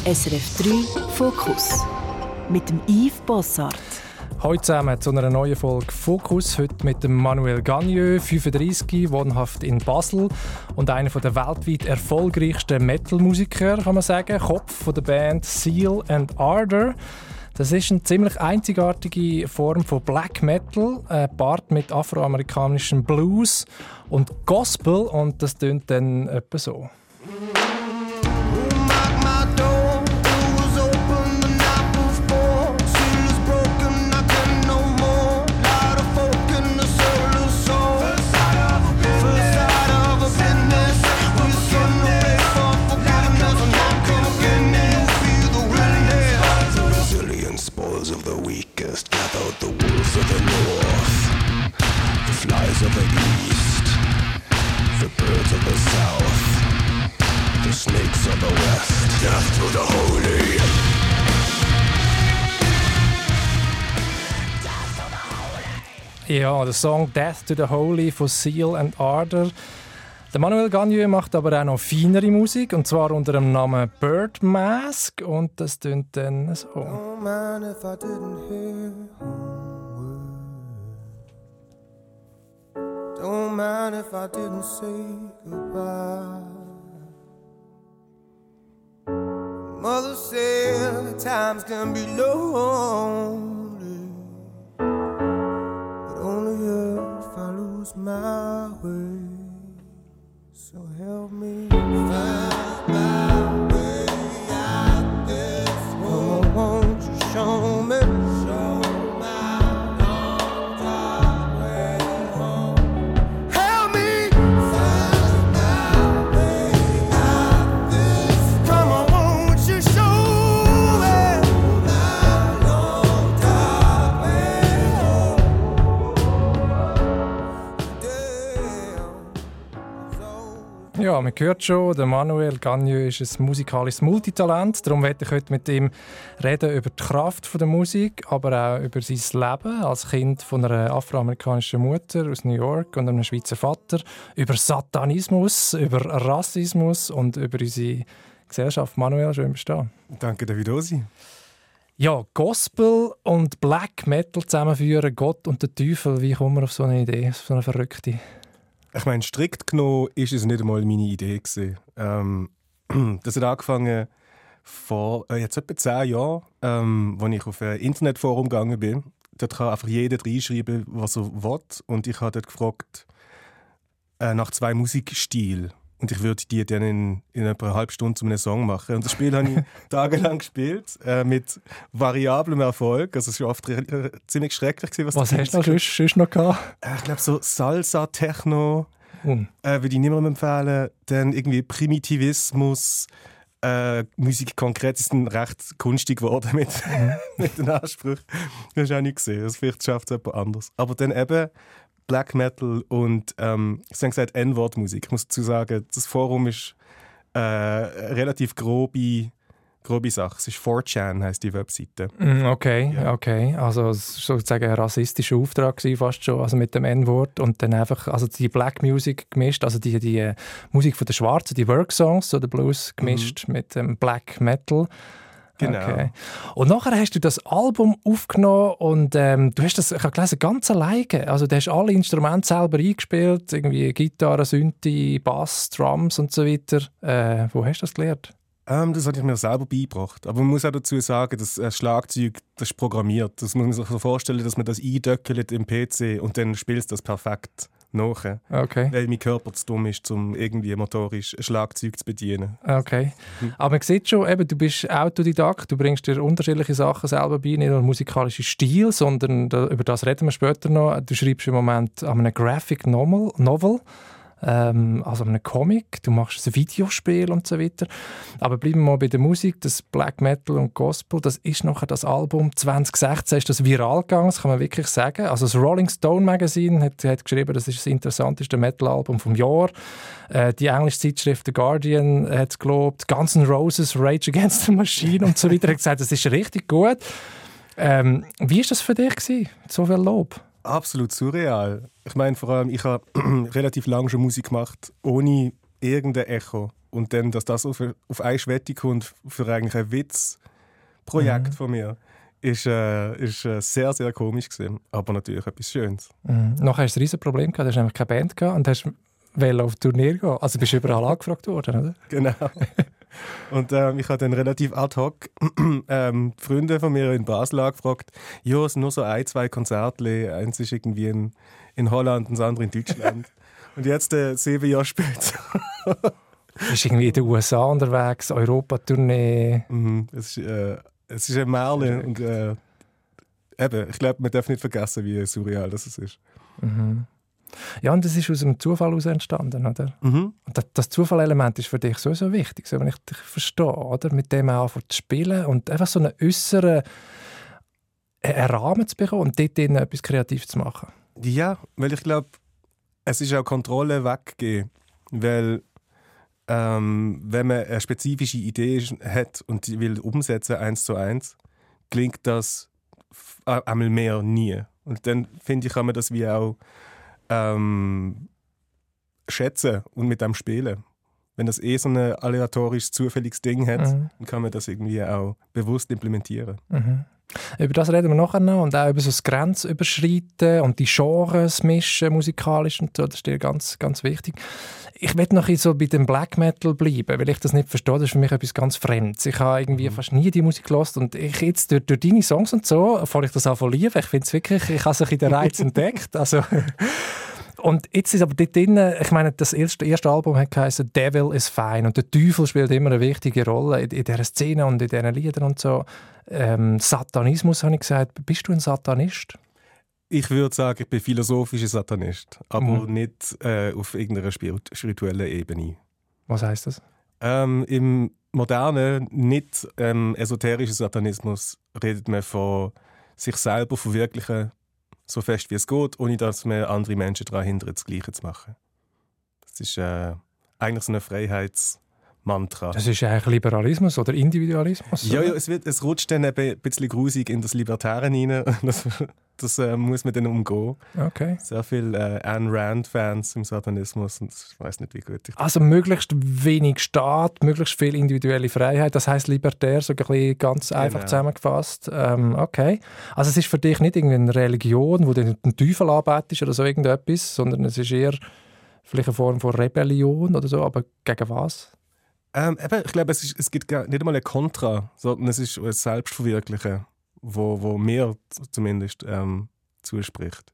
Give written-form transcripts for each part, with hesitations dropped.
SRF 3 Fokus mit dem Yves Bossart. Heute zusammen zu einer neuen Folge Fokus. Heute mit dem Manuel Gagneux, 35, wohnhaft in Basel und einer der weltweit erfolgreichsten Metal-Musiker, kann man sagen. Kopf von der Band Seal and Ardor. Das ist eine ziemlich einzigartige Form von Black Metal, gepaart mit afroamerikanischem Blues und Gospel, und das tönt dann etwa so. Of the east, the birds of the south, the snakes of the west, death to the holy. Ja, der Song «Death to the Holy» von Seal and Ardor. Der Manuel Gagneux macht aber auch noch feinere Musik, und zwar unter dem Namen Bird Mask, und das tönt dann so. Don't mind if I didn't hear Don't mind if I didn't say goodbye. Mother said times can be lonely, but only if I lose my way. So help me find my way out this hole. Oh, won't you show me? Ja, man hört schon, der Manuel Gagneux ist ein musikalisches Multitalent. Darum werde ich heute mit ihm reden über die Kraft der Musik, aber auch über sein Leben als Kind von einer afroamerikanischen Mutter aus New York und einem Schweizer Vater, über Satanismus, über Rassismus und über unsere Gesellschaft. Manuel, schön bist du da. Danke, David Osi. Ja, Gospel und Black Metal zusammenführen, Gott und der Teufel. Wie kommt man auf so eine Idee, auf so eine verrückte? Ich meine, strikt genommen ist es nicht einmal meine Idee gewesen. Das hat angefangen vor jetzt etwa 10 Jahren, als ich auf ein Internetforum gegangen bin. Dort kann einfach jeder reinschreiben, was er will. Und ich habe dort gefragt nach 2 Musikstilen. Und ich würde die dann in etwa eine halbe Stunde zu einem Song machen. Und das Spiel habe ich tagelang gespielt, mit variablem Erfolg. Also es war oft ziemlich schrecklich. Was hast du sonst noch gehabt? Ich glaube so Salsa, Techno, würde ich niemandem empfehlen. Dann irgendwie Primitivismus, Musik konkret ist dann recht kunstig geworden mit den Ansprüchen. Das hast du auch nicht gesehen. Also vielleicht schafft es jemand anderes. Aber dann eben Black Metal und ich habe gesagt N-Wort-Musik. Ich muss dazu sagen, das Forum ist relativ grobe Sache. Es ist 4chan, heisst die Webseite. Okay, ja. Okay. Also es war sozusagen ein rassistischer Auftrag fast schon, also mit dem N-Wort. Und dann einfach also die Black Music gemischt, also die Musik von den Schwarzen, die Work-Songs, so der Blues gemischt mit dem Black Metal. Genau. Okay. Und nachher hast du das Album aufgenommen und du hast das, ich habe gelesen, ganz alleine. Also du hast alle Instrumente selber eingespielt, irgendwie Gitarre, Synthi, Bass, Drums und so weiter. Wo hast du das gelernt? Das habe ich mir selber beigebracht. Aber man muss auch dazu sagen, dass Schlagzeug, das ist programmiert. Das muss man sich so vorstellen, dass man das eindöckelt im PC und dann spielst du das perfekt nach. Okay. Weil mein Körper zu dumm ist, um irgendwie motorisch ein Schlagzeug zu bedienen. Okay. Aber man sieht schon, eben, du bist Autodidakt, du bringst dir unterschiedliche Sachen selber bei, nicht nur musikalischen Stil, sondern über das reden wir später noch. Du schreibst im Moment an einem Graphic Novel. Also einem Comic, du machst ein Videospiel und so weiter. Aber bleiben wir mal bei der Musik, das Black Metal und Gospel, das ist nachher das Album 2016, ist das viral gegangen, das kann man wirklich sagen. Also das Rolling Stone Magazine hat geschrieben, das ist das interessanteste Metal-Album vom Jahr. Die englische Zeitschrift The Guardian hat es gelobt, Guns N' Roses, Rage Against the Machine und so weiter hat gesagt, das ist richtig gut. Wie war das für dich gewesen? So viel Lob? Absolut surreal. Ich meine, vor allem, ich habe relativ lange schon Musik gemacht, ohne irgendein Echo. und dann, dass das auf eine Schwette kommt für eigentlich ein Witzprojekt von mir, ist sehr, sehr komisch gewesen. Aber natürlich etwas Schönes. Nachher hast du ein riesen Problem gehabt, du hast nämlich keine Band gehabt und hast auf Turnier gehen. Also bist du überall angefragt worden, oder? Genau. Und ich habe dann relativ ad hoc Freunde von mir in Basel angefragt, ja, es sind nur so 2 Konzerte, eins ist irgendwie in Holland und das andere in Deutschland. Und jetzt 7 Jahre später. Du bist irgendwie in den USA unterwegs, Europa-Tournee. Es ist ein Märchen und eben, ich glaube, man darf nicht vergessen, wie surreal das ist. Ja, und das ist aus einem Zufall heraus entstanden, oder? Und das Zufallelement ist für dich so wichtig, so, wenn ich dich verstehe, oder? Mit dem auch zu spielen und einfach so einen äußeren Rahmen zu bekommen und dort etwas kreativ zu machen. Ja, weil ich glaube, es ist auch Kontrolle weggegeben, weil wenn man eine spezifische Idee hat und die will umsetzen 1:1, gelingt das einmal mehr nie. Und dann finde ich, kann man das wie auch schätzen und mit dem spielen. Wenn das so ein aleatorisches, zufälliges Ding hat, dann kann man das irgendwie auch bewusst implementieren. Über das reden wir nachher noch und auch über so das Grenzüberschreiten und die Genres mischen musikalisch und so, das ist dir ganz, ganz wichtig. Ich will noch so bei dem Black Metal bleiben, weil ich das nicht verstehe, das ist für mich etwas ganz Fremdes. Ich habe irgendwie fast nie die Musik gehört und ich jetzt durch deine Songs und so, fange ich das an zu lieben. Ich finde es wirklich, ich habe so den Reiz entdeckt. Also, und jetzt ist aber dort drin, ich meine, das erste Album hat geheißen «Devil is Fine» und der Teufel spielt immer eine wichtige Rolle in dieser Szene und in diesen Liedern und so. Satanismus, habe ich gesagt. Bist du ein Satanist? Ich würde sagen, ich bin philosophischer Satanist, aber nicht auf irgendeiner spirituellen Ebene. Was heisst das? Im modernen, nicht esoterischen Satanismus redet man von sich selber verwirklichen, so fest wie es geht, ohne dass man andere Menschen daran hindert, das Gleiche zu machen. Das ist eigentlich so ein Freiheitsmantra. Das ist eigentlich Liberalismus oder Individualismus? Ja, es rutscht dann eben ein bisschen grusig in das Libertäre rein. Das muss man dann umgehen. Okay. Sehr viele Ayn Rand-Fans im Satanismus und ich weiß nicht, wie gut ich das. Also möglichst wenig Staat, möglichst viel individuelle Freiheit, das heisst libertär, so ein bisschen ganz einfach zusammengefasst. Okay. Also es ist für dich nicht irgendeine Religion, wo du den Teufel anbetest oder so irgendetwas, sondern es ist eher vielleicht eine Form von Rebellion oder so, aber gegen was? Ich glaube, es gibt nicht einmal ein Kontra, sondern es ist ein Selbstverwirklichen, wo mir zumindest zuspricht.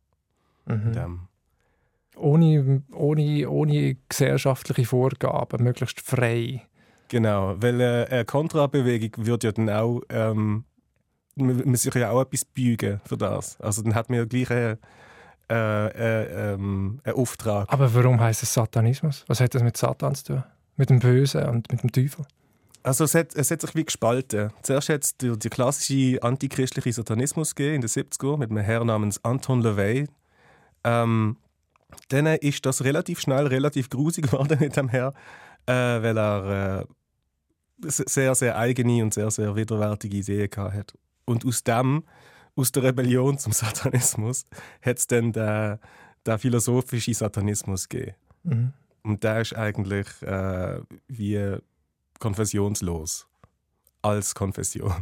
Ohne gesellschaftliche Vorgaben, möglichst frei. Genau, weil eine Kontrabewegung würde ja dann auch man sich ja auch etwas beugen für das. Also dann hat man ja gleich einen Auftrag. Aber warum heisst es Satanismus? Was hat das mit Satan zu tun? Mit dem Bösen und mit dem Teufel? Also es hat sich wie gespalten. Zuerst hat es die klassische antichristliche Satanismus gegeben in den 70er mit einem Herrn namens Anton LaVey. Dann ist das relativ schnell relativ grusig geworden mit dem Herrn, weil er sehr, sehr eigene und sehr, sehr widerwärtige Ideen hatte. Und aus der Rebellion zum Satanismus hat es dann den philosophischen Satanismus gegeben. Und der ist eigentlich wie konfessionslos. Als Konfession.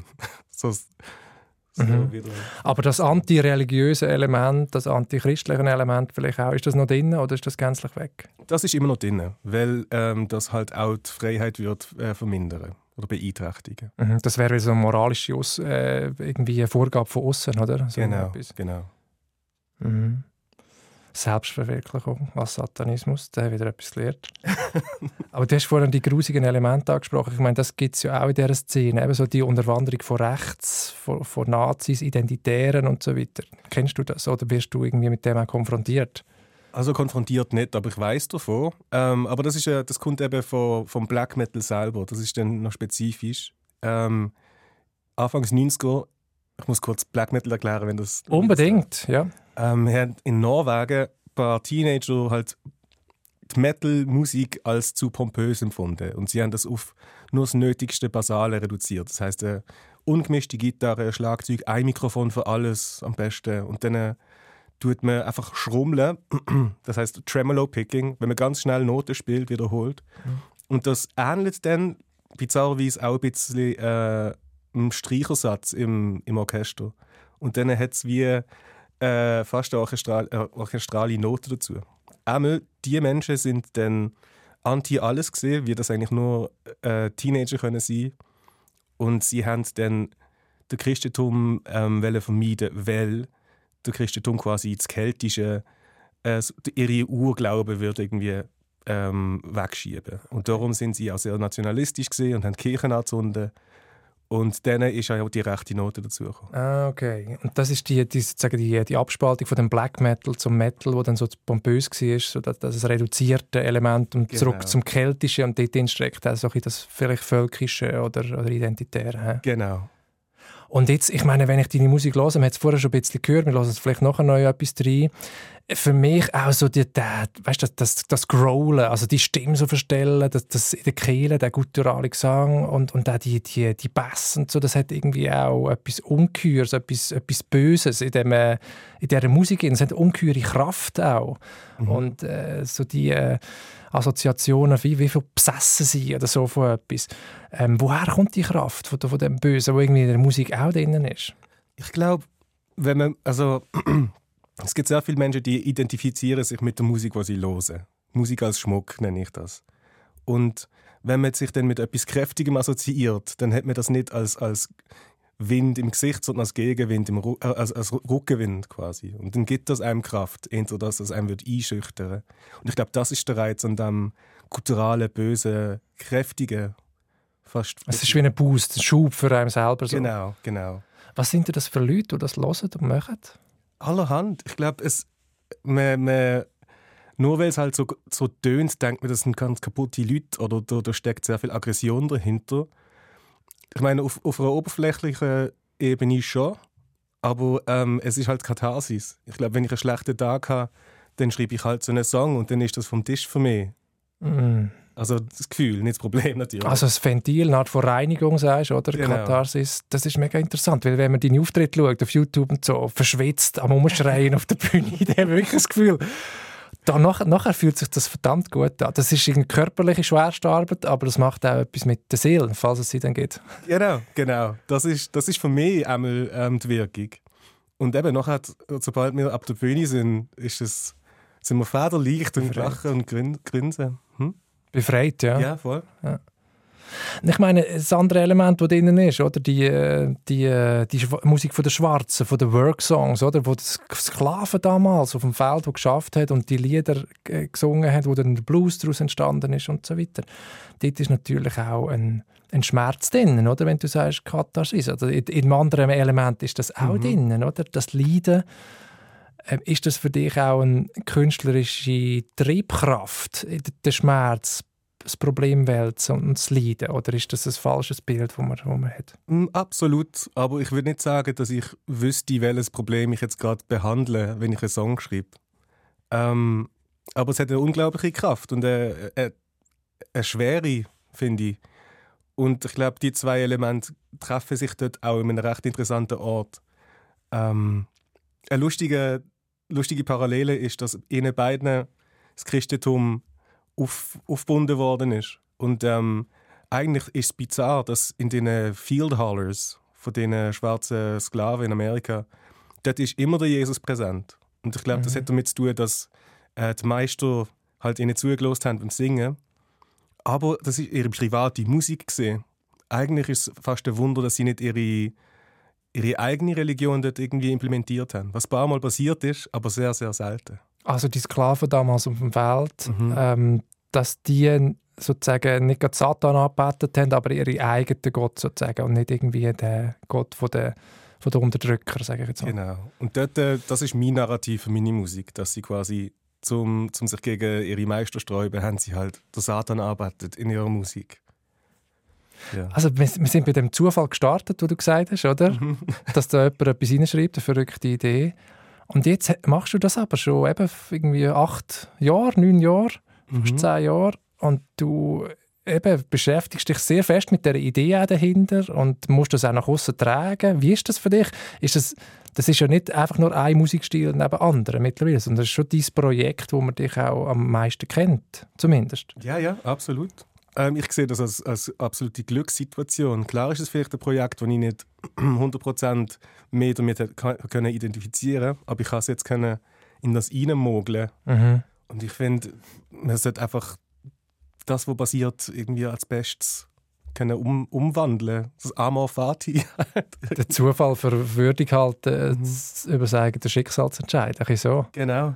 Aber das antireligiöse Element, das antichristliche Element vielleicht auch, ist das noch drin oder ist das gänzlich weg? Das ist immer noch drin, weil das halt auch die Freiheit wird vermindern oder beeinträchtigen. Das wäre so eine moralische irgendwie eine Vorgabe von außen, oder? So genau. Selbstverwirklichung als Satanismus, da habe ich wieder etwas gelernt. Aber du hast vorhin die grusigen Elemente angesprochen. Ich meine, das gibt es ja auch in dieser Szene. Eben so die Unterwanderung von rechts, von Nazis, Identitären und so weiter. Kennst du das oder wirst du irgendwie mit dem auch konfrontiert? Also konfrontiert nicht, aber ich weiss davon. Aber das kommt eben vom Black Metal selber. Das ist dann noch spezifisch. Anfangs 90er, ich muss kurz Black Metal erklären, wenn das... Unbedingt, ja. Haben in Norwegen ein paar Teenager halt die Metal-Musik als zu pompös empfunden. Und sie haben das auf nur das nötigste Basale reduziert. Das heisst, eine ungemischte Gitarre, Schlagzeug, ein Mikrofon für alles am besten. Und dann tut man einfach schrummeln. Das heisst Tremolo-Picking, wenn man ganz schnell Noten spielt, wiederholt. Und das ähnelt dann bizarrerweise auch ein bisschen einem Streichersatz im Orchester. Und dann hat es wie fast eine orchestrale Note dazu. Einmal, die Menschen sind dann anti-alles gesehen, wie das eigentlich nur Teenager können sein. Und sie haben dann das Christentum vermeiden, weil der Christentum quasi das Keltische, ihre Urglauben würde irgendwie wegschieben. Und darum sind sie auch sehr nationalistisch gesehen und haben Kirchen angezündet. Und dann ist auch die rechte Note dazugekommen. Ah, okay. Und das ist die Abspaltung von dem Black Metal zum Metal, wo dann so pompös war, so das reduzierte Element und zurück zum Keltischen und dort streckt auch so das vielleicht Völkische oder Identitäre. Genau. Und jetzt, ich meine, wenn ich deine Musik höre, man hat es vorher schon ein bisschen gehört, wir hören vielleicht nachher noch etwas rein. Für mich auch so das Growlen, also die Stimme so verstellen, das in der Kehle, der gutturale Gesang und auch die Bass und so, das hat irgendwie auch etwas Ungeheures, etwas Böses in dieser Musik. Es hat eine ungeheure Kraft auch. Und so die Assoziationen, wie viel besessen sie oder so von etwas. Woher kommt die Kraft von dem Bösen, der irgendwie in der Musik auch drin ist? Ich glaube, es gibt sehr viele Menschen, die identifizieren sich mit der Musik, die sie hören. Musik als Schmuck nenne ich das. Und wenn man sich dann mit etwas Kräftigem assoziiert, dann hat man das nicht als Wind im Gesicht, sondern als Gegenwind, als Rückenwind quasi. Und dann gibt das einem Kraft, eher das, was einem einschüchtern würde. Und ich glaube, das ist der Reiz an dem gutturalen, bösen, kräftigen. Fast. Es ist wie ein Boost, ein Schub für einen selber. So. Genau. Was sind denn das für Leute, die das hören und machen? Allerhand. Ich glaube, nur weil es halt so tönt, denkt man, das sind ganz kaputte Leute oder da steckt sehr viel Aggression dahinter. Ich meine, auf einer oberflächlichen Ebene schon, aber es ist halt Katharsis. Ich glaube, wenn ich einen schlechten Tag habe, dann schreibe ich halt so einen Song und dann ist das vom Tisch für mich. Also das Gefühl, nicht das Problem natürlich. Also das Ventil, eine Art von Reinigung, sagst du, oder? Genau. Katharsis, das ist mega interessant, weil wenn man deine Auftritte schaut, auf YouTube und so, verschwitzt am Umschreien auf der Bühne, dann habe ich wirklich das Gefühl, nachher fühlt sich das verdammt gut an. Das ist eine körperliche schwerste Arbeit, aber das macht auch etwas mit der Seele, falls es sie dann gibt. Genau. Das ist für mich einmal die Wirkung. Und eben nachher, sobald wir ab der Bühne sind wir federleicht und lachen und grinsen. Befreit, ja. Ja, voll. Ja. Ich meine, das andere Element, das drinnen ist, oder? Die Musik von den Schwarzen, von den Worksongs, oder? Wo das Sklaven damals auf dem Feld die geschafft hat und die Lieder gesungen hat, wo dann der Blues daraus entstanden ist und so weiter. Dort ist natürlich auch ein Schmerz drin, oder? Wenn du sagst, Katharsis. Also in einem anderen Element ist das auch drin, oder? Das Leiden. Ist das für dich auch eine künstlerische Triebkraft, der Schmerz, das Problem wälzen und das Leiden? Oder ist das ein falsches Bild, das man hat? Absolut. Aber ich würde nicht sagen, dass ich wüsste, welches Problem ich jetzt gerade behandle, wenn ich einen Song schreibe. Aber es hat eine unglaubliche Kraft und eine Schwere, finde ich. Und ich glaube, die zwei Elemente treffen sich dort auch in einem recht interessanten Ort. Eine lustige Parallele ist, dass ihnen beiden das Christentum aufgebunden worden ist. Und eigentlich ist es bizarr, dass in den Field Hollers von den schwarzen Sklaven in Amerika, dort ist immer der Jesus präsent. Und ich glaube, das hat damit zu tun, dass die Meister halt ihnen zugelassen haben beim Singen. Aber das ist ihre private Musik gesehen. Eigentlich ist es fast ein Wunder, dass sie nicht ihre eigene Religion dort irgendwie implementiert haben. Was ein paar Mal passiert ist, aber sehr, sehr selten. Also die Sklaven damals auf dem Feld, dass die sozusagen nicht gerade Satan angebetet haben, aber ihren eigenen Gott sozusagen und nicht irgendwie den Gott von der Unterdrücker, sage ich jetzt mal. Genau. Und dort, das ist mein Narrativ für meine Musik, dass sie quasi, zum sich gegen ihre Meister sträuben, haben sie halt den Satan arbeitet in ihrer Musik. Ja. Also wir sind bei dem Zufall gestartet, wo du gesagt hast, oder? Dass da jemand etwas reinschreibt, eine verrückte Idee. Und jetzt machst du das aber schon eben irgendwie 8 Jahre, 9 Jahre, fast 10 Jahre. Und du eben beschäftigst dich sehr fest mit dieser Idee dahinter und musst das auch nach außen tragen. Wie ist das für dich? Das ist ja nicht einfach nur ein Musikstil neben anderen mittlerweile, sondern das ist schon dein Projekt, wo man dich auch am meisten kennt, zumindest. Ja, absolut. Ich sehe das als absolute Glückssituation. Klar ist es vielleicht ein Projekt, das ich nicht 100% mehr damit identifizieren konnte, aber ich kann es jetzt in das reinmogeln. Und ich finde, man sollte einfach das, was passiert, irgendwie als Bestes umwandeln. Das Amor Fati. Den Zufall für würdig halten, zu übersagen, den Schicksalsentscheid. Ein bisschen so. Genau.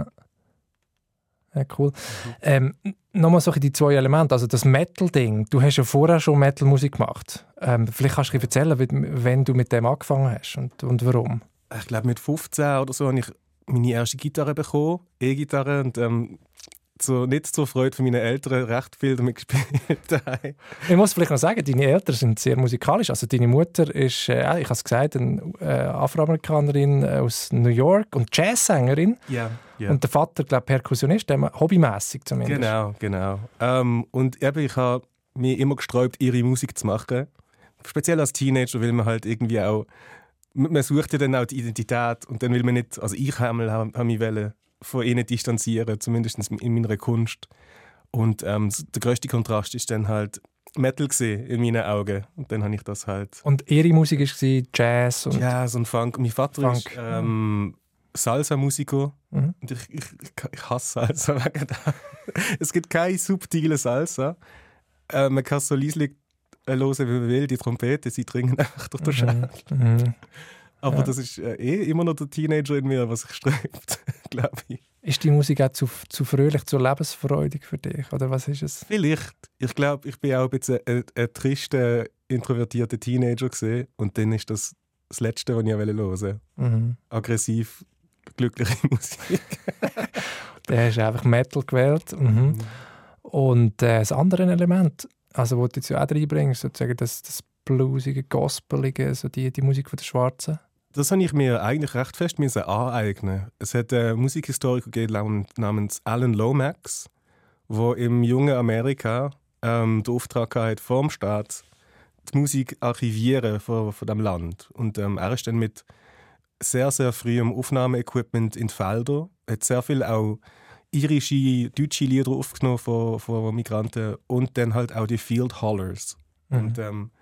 Ja, cool. Nochmal so die 2 Elemente, also das Metal-Ding. Du hast ja vorher schon Metal-Musik gemacht. Vielleicht kannst du erzählen, wenn du mit dem angefangen hast und warum. Ich glaube, mit 15 oder so habe ich meine erste Gitarre bekommen, E-Gitarre, und nicht zur Freude von meinen Eltern recht viel damit gespielt. Ich muss vielleicht noch sagen, deine Eltern sind sehr musikalisch. Also deine Mutter ist, ich habe es gesagt, eine Afroamerikanerin aus New York und Jazzsängerin. Ja. Und der Vater, glaube ich, Perkussionist, hobbymässig zumindest. Genau. Und eben, ich habe mich immer gesträubt, ihre Musik zu machen. Speziell als Teenager, weil man halt irgendwie auch, man sucht ja dann auch die Identität und dann will man nicht, also ich habe mich von ihnen distanzieren, zumindest in meiner Kunst. Und der grösste Kontrast ist dann halt Metal gesehen in meinen Augen. Und dann habe ich das halt. Und ihre Musik war Jazz und Jazz und Funk. Mein Vater ist Salsa-Musiker. Und ich hasse Salsa wegen dem. Es gibt keine subtile Salsa. Man kann so leislich hören, wie man will. Die Trompete, sie dringen einfach durch den Schädel. Aber das ist immer noch der Teenager in mir, was sich sträubt, glaube ich. Ist die Musik auch zu fröhlich, zu lebensfreudig für dich? Oder was ist es? Vielleicht. Ich glaube, ich bin auch ein bisschen ein trister, introvertierter Teenager gewesen. Und dann ist das Letzte, was ich hören wollte. Aggressiv, glückliche Musik. Dann hast du einfach Metal gewählt. Und das andere Element, also wo du jetzt auch reinbringst, sozusagen das bluesige, gospelige, so die Musik von der Schwarzen. Das habe ich mir eigentlich recht fest aneignen. Es hat einen Musikhistoriker gegeben namens Alan Lomax, der im jungen Amerika den Auftrag hatte, vom Staat die Musik archivieren von dem Land. Und er ist dann mit sehr, sehr frühem Aufnahmeequipment in die Felder, hat sehr viel auch irische, deutsche Lieder aufgenommen von Migranten und dann halt auch die Field Hollers. Und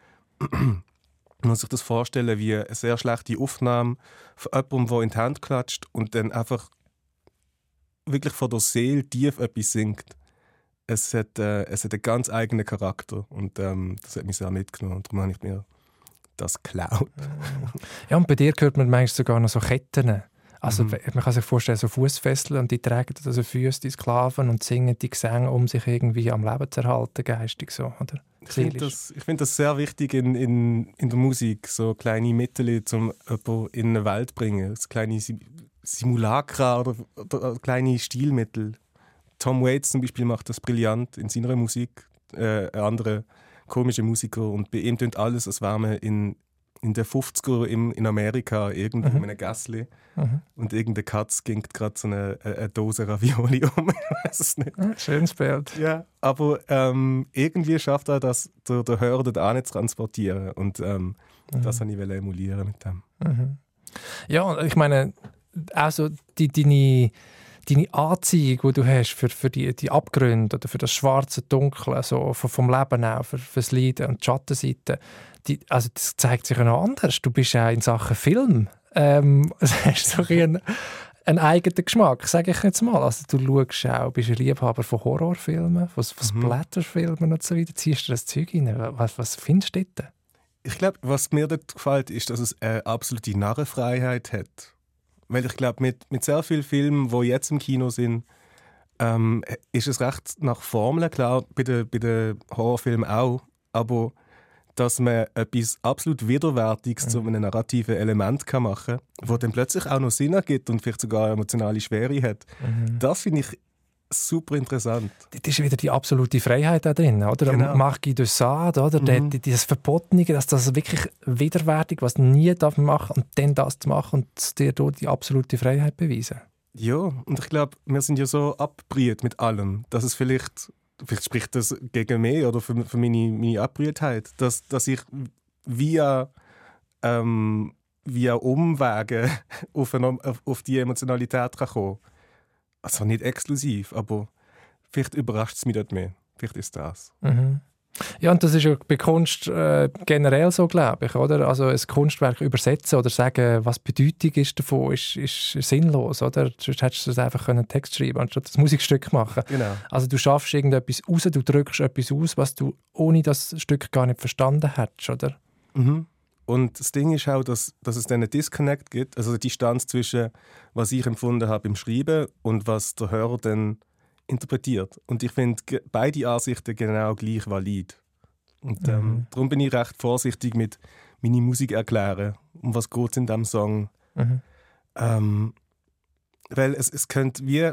man muss sich das vorstellen wie eine sehr schlechte Aufnahme von jemandem, der in die Hand klatscht und dann einfach wirklich von der Seele tief etwas singt. Es hat einen ganz eigenen Charakter und das hat mich sehr mitgenommen und darum habe ich mir das geklaut. Ja, und bei dir hört man manchmal sogar noch so Ketten. Also man kann sich vorstellen, so Fußfesseln und die tragen also Füße, die Sklaven und singen die Gesänge, um sich irgendwie am Leben zu erhalten, geistig so, oder? Ich finde das sehr wichtig in der Musik, so kleine Mittel, um jemanden in eine Welt zu bringen. So kleine Simulacra oder kleine Stilmittel. Tom Waits zum Beispiel macht das brillant in seiner Musik. Ein anderer komischer Musiker. Und bei ihm tönt alles, als wäre man in den 50er in Amerika irgendwo in einem Gässli. Und irgendeine Katze ging gerade so eine Dose Ravioli um. Ich weiß es nicht. Schönes Bild. Ja, aber irgendwie schafft er das, der Hörer da nicht zu transportieren. Und das wollte ich emulieren mit dem. Ja, ich meine, also deine Anziehung, die du hast für die Abgründe oder für das schwarze Dunkle, also vom Leben auch, für das Leiden und die Schattenseite, also das zeigt sich ja noch anders. Du bist ja in Sachen Film. Hast so einen eigenen Geschmack, sage ich jetzt mal. Also du schaust auch, bist ein Liebhaber von Horrorfilmen, von Splatterfilmen und so weiter. Ziehst du das Zeug rein? Was findest du dort? Ich glaube, was mir dort gefällt, ist, dass es eine absolute Narrenfreiheit hat. Weil ich glaube, mit sehr vielen Filmen, die jetzt im Kino sind, ist es recht nach Formeln, klar, bei den Horrorfilmen auch, aber dass man etwas absolut Widerwärtiges zu einem narrativen Element machen kann, das dann plötzlich auch noch Sinn ergibt und vielleicht sogar eine emotionale Schwere hat. Das finde ich super interessant. Das ist wieder die absolute Freiheit da drin, oder? Genau. Marquis de Sade, oder? Das Verbotene, dass das wirklich widerwärtig, was nie darf man machen und dann das zu machen und dir dort die absolute Freiheit beweisen. Ja, und ich glaube, wir sind ja so abgebrüht mit allem, dass es vielleicht spricht das gegen mich oder für meine Abbrühtheit, dass ich via Umwege auf die Emotionalität kommen kann. Also nicht exklusiv, aber vielleicht überrascht es mich dort mehr. Vielleicht ist das. Mhm. Ja, und das ist ja bei Kunst generell so, glaube ich, oder? Also ein Kunstwerk übersetzen oder sagen, was die Bedeutung ist davon, ist sinnlos, oder? Sonst hättest du das einfach einen Text schreiben anstatt das Musikstück machen. Genau. Also du schaffst irgendetwas raus, du drückst etwas aus, was du ohne das Stück gar nicht verstanden hättest, oder? Mhm. Und das Ding ist auch, dass es dann einen Disconnect gibt, also die Distanz zwischen, was ich empfunden habe im Schreiben und was der Hörer dann interpretiert. Und ich finde beide Ansichten genau gleich valid. Und darum bin ich recht vorsichtig mit meine Musik erklären, um was geht es in diesem Song. Mhm. Weil es könnte wie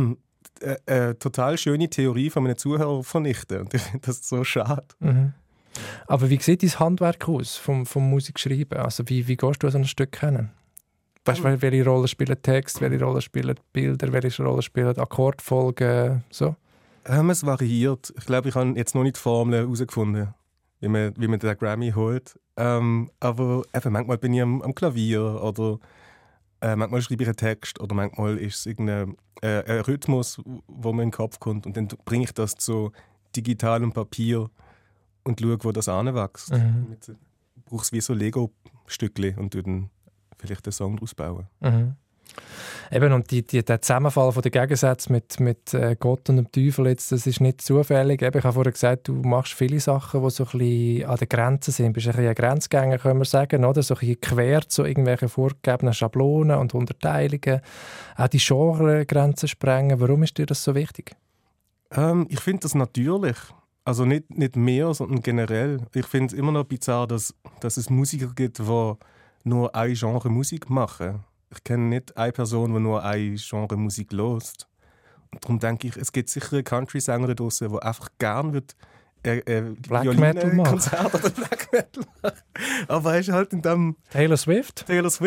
eine total schöne Theorie von einem Zuhörer vernichten. Und ich finde das so schade. Mhm. Aber wie sieht dein Handwerk aus vom Musikschreiben? Also wie gehst du so ein Stück kennen? Weißt du, welche Rolle spielen Text, welche Rolle spielen Bilder, welche Rolle spielen Akkordfolgen? So? Es variiert. Ich glaube, ich habe jetzt noch nicht die Formel herausgefunden, wie man den Grammy holt. Aber eben, manchmal bin ich am Klavier oder manchmal schreibe ich einen Text oder manchmal ist es irgendein Rhythmus, wo mir in den Kopf kommt. Und dann bringe ich das zu digitalem Papier und schaue, wo das anwächst. Du brauchst wie so Lego-Stückchen und du dann vielleicht einen Song daraus bauen. Mhm. Eben, und der Zusammenfall von den Gegensätzen mit Gott und dem Teufel, jetzt, das ist nicht zufällig. Eben, ich habe vorhin gesagt, du machst viele Sachen, die so ein bisschen an den Grenzen sind. Du bist ein bisschen ein Grenzgänger, können wir sagen, oder? So ein bisschen quer zu irgendwelchen vorgegebenen Schablonen und Unterteilungen. Auch die Genregrenzen sprengen. Warum ist dir das so wichtig? Ich finde das natürlich. Also nicht mehr, sondern generell. Ich finde es immer noch bizarr, dass es Musiker gibt, die nur ein Genre Musik machen. Ich kenne nicht eine Person, die nur ein Genre Musik hört. Und darum denke ich, es gibt sicher einen Country-Sänger da draussen, der einfach gerne Black Metal machen. Konzert oder Black Metal machen. Aber er ist halt in dem... Taylor Swift?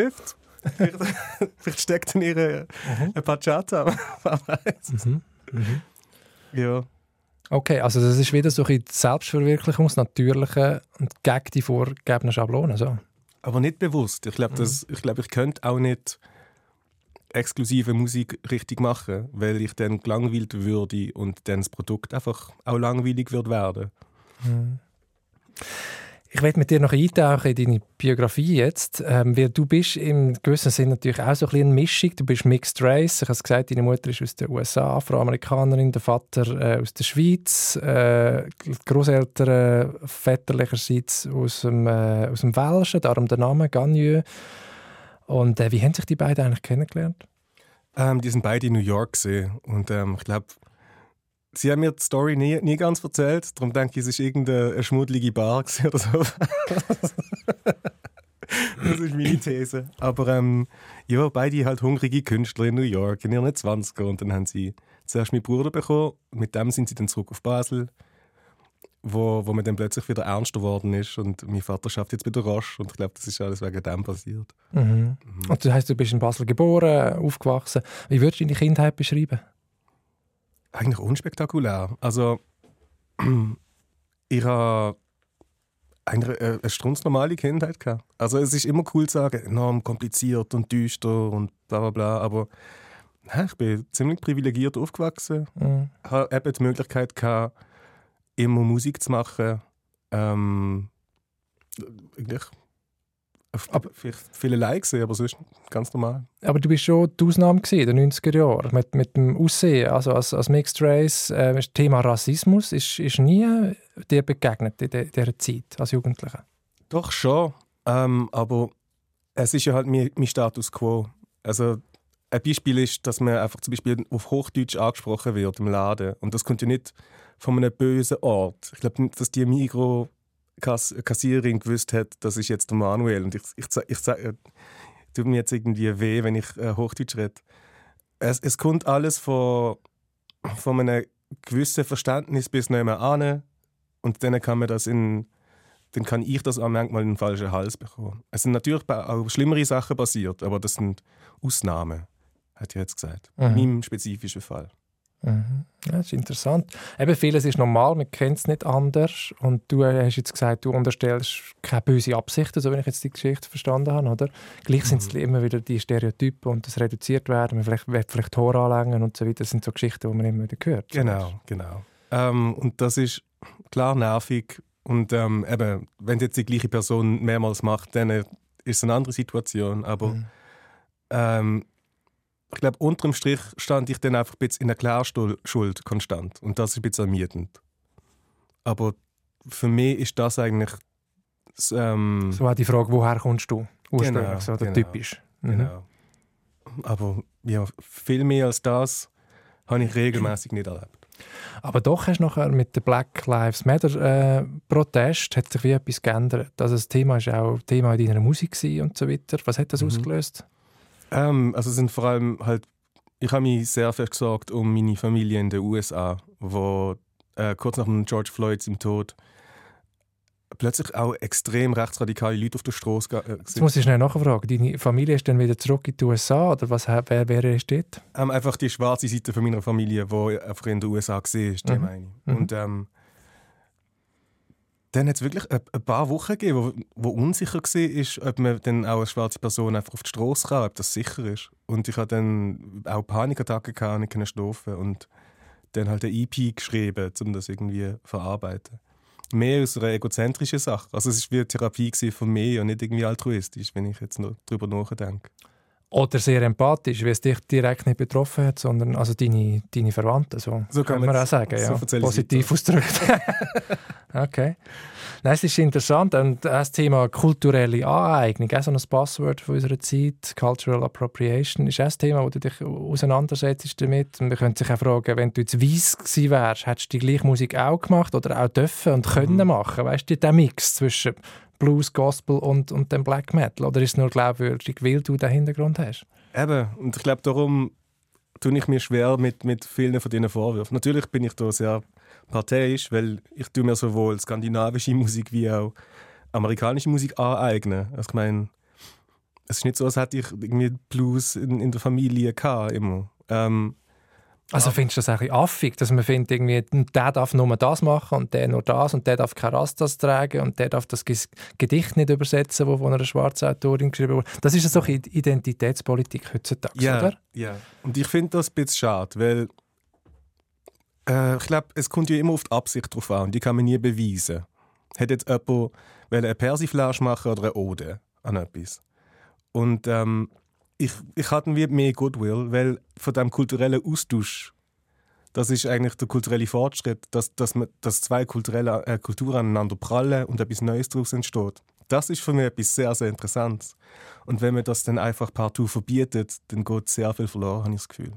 Vielleicht steckt in ihre Bachata. Ja. Okay, also das ist wieder so ein Selbstverwirklichung, das Natürliche und gegen die vorgegebenen Schablonen. So. Aber nicht bewusst. Ich glaube, ich könnte auch nicht exklusive Musik richtig machen, weil ich dann gelangweilt würde und dann das Produkt einfach auch langweilig wird werden. Ich möchte mit dir noch eintauchen in deine Biografie jetzt, weil du bist im gewissen Sinn natürlich auch so ein bisschen eine Mischung. Du bist Mixed Race. Ich habe es gesagt, deine Mutter ist aus den USA, Afroamerikanerin, der Vater aus der Schweiz, die Grosseltern väterlicherseits aus dem Welschen, darum der Name Gagneux. Und wie haben sich die beiden eigentlich kennengelernt? Die sind beide in New York gesehen und ich glaube, sie haben mir die Story nie ganz erzählt, darum denke ich, es war irgendeine schmuddelige Bar oder so. Das ist meine These. Aber ja, beide halt hungrige Künstler in New York, in ihren 20er. Und dann haben sie zuerst meinen Bruder bekommen, mit dem sind sie dann zurück auf Basel, wo man dann plötzlich wieder ernster geworden ist. Und mein Vater schafft jetzt bei der Roche und ich glaube, das ist alles wegen dem passiert. Mhm. Und das heisst, du bist in Basel geboren, aufgewachsen. Wie würdest du deine Kindheit beschreiben? Eigentlich unspektakulär. Also, ich habe eigentlich eine strunznormale Kindheit gehabt. Also, es ist immer cool zu sagen, enorm kompliziert und düster und bla bla bla, aber ich bin ziemlich privilegiert aufgewachsen. Ich habe eben die Möglichkeit gehabt, immer Musik zu machen. Eigentlich vielleicht viele Likes, aber sonst ganz normal. Aber du bist schon die Ausnahme in den 90er Jahren mit dem Aussehen, also als Mixed Race. Das Thema Rassismus ist nie dir begegnet in dieser Zeit als Jugendlicher? Doch schon, aber es ist ja halt mein Status quo. Also ein Beispiel ist, dass man einfach zum Beispiel auf Hochdeutsch angesprochen wird im Laden und das kommt ja nicht von einem bösen Ort. Ich glaube nicht, dass die Kassiererin gewusst hat, das ist jetzt der Manuel. Und ich tut mir jetzt irgendwie weh, wenn ich Hochdeutsch rede. Es kommt alles von einem gewissen Verständnis bis nicht mehr an. Und dann kann ich das auch manchmal in den falschen Hals bekommen. Es sind natürlich auch schlimmere Sachen passiert, aber das sind Ausnahmen, hat er jetzt gesagt. In meinem spezifischen Fall. Mhm. Ja, das ist interessant. Eben, vieles ist normal, man kennt es nicht anders. Und du hast jetzt gesagt, du unterstellst keine böse Absichten, so wie ich jetzt die Geschichte verstanden habe, oder? Gleich sind es immer wieder die Stereotypen und das reduziert werden. Man will vielleicht Tor anlängen und so weiter. Das sind so Geschichten, die man immer wieder hört. Genau. Und das ist klar nervig. Und eben, wenn jetzt die gleiche Person mehrmals macht, dann ist es eine andere Situation. Aber ich glaube, unterm Strich stand ich dann einfach ein bisschen in der Klärschuld konstant. Und das ist ein bisschen ermüdend. Aber für mich ist das eigentlich... so auch die Frage, woher kommst du ursprünglich, Genau, so der genau. typisch. Genau. Aber ja, viel mehr als das habe ich regelmäßig nicht erlebt. Aber doch hast du nachher mit dem Black Lives Matter Protest hat sich wie etwas geändert. Also das Thema war auch Thema in deiner Musik und so weiter. Was hat das ausgelöst? Also es sind vor allem halt, ich habe mich sehr fest gesorgt um meine Familie in den USA, wo kurz nach dem George Floyd im Tod plötzlich auch extrem rechtsradikale Leute auf der Straße Jetzt muss ich schnell nachfragen. Deine Familie ist dann wieder zurück in die USA oder wer ist dort? Einfach die schwarze Seite von meiner Familie, die einfach in den USA war, die meine ich. Und dann hat es wirklich ein paar Wochen gegeben, wo unsicher war, ob man dann auch als schwarze Person einfach auf die Straße kann, ob das sicher ist. Und ich hatte dann auch Panikattacken gehabt, nicht schlafen und dann halt eine EP geschrieben, um das irgendwie zu verarbeiten. Mehr aus einer egozentrischen Sache. Also es war wie eine Therapie von mir und nicht irgendwie altruistisch, wenn ich jetzt noch darüber nachdenke. Oder sehr empathisch, weil es dich direkt nicht betroffen hat, sondern also deine Verwandten. So kann man auch sagen. So ja. Positiv ausgedrückt. Okay. Nein, es ist interessant. Und das Thema kulturelle Aneignung, auch so ein Passwort von unserer Zeit, Cultural Appropriation, ist auch ein Thema, wo du dich auseinandersetzt damit. Und man könnte sich auch fragen, wenn du jetzt weiss gewesen wärst, hättest du die gleiche Musik auch gemacht oder auch dürfen und können machen? Weißt du, der Mix zwischen Blues, Gospel und dem Black Metal? Oder ist es nur glaubwürdig, weil du den Hintergrund hast? Eben. Und ich glaube, darum tue ich mir schwer mit vielen von diesen Vorwürfen. Natürlich bin ich da sehr parteiisch, weil ich tue mir sowohl skandinavische Musik wie auch amerikanische Musik aneignen. Also ich meine, es ist nicht so, als hätte ich irgendwie Blues in der Familie gehabt, immer. Also findest du das ein bisschen affig, dass man findet, irgendwie, der darf nur das machen und der nur das und der darf kein Rastas tragen und der darf das Gedicht nicht übersetzen, das von einer schwarzen Autorin geschrieben wurde. Das ist so eine Identitätspolitik heutzutage, oder? Ja. Und ich finde das ein bisschen schade, weil ich glaube, es kommt ja immer auf die Absicht drauf an und die kann man nie beweisen. Hat jetzt jemand eine Persiflage machen oder eine Ode an etwas? Und ich hatte wie mehr Goodwill, weil von diesem kulturellen Austausch, das ist eigentlich der kulturelle Fortschritt, dass zwei Kulturen aneinander prallen und etwas Neues daraus entsteht. Das ist für mich etwas sehr, sehr Interessantes. Und wenn man das dann einfach partout verbietet, dann geht sehr viel verloren, habe ich das Gefühl.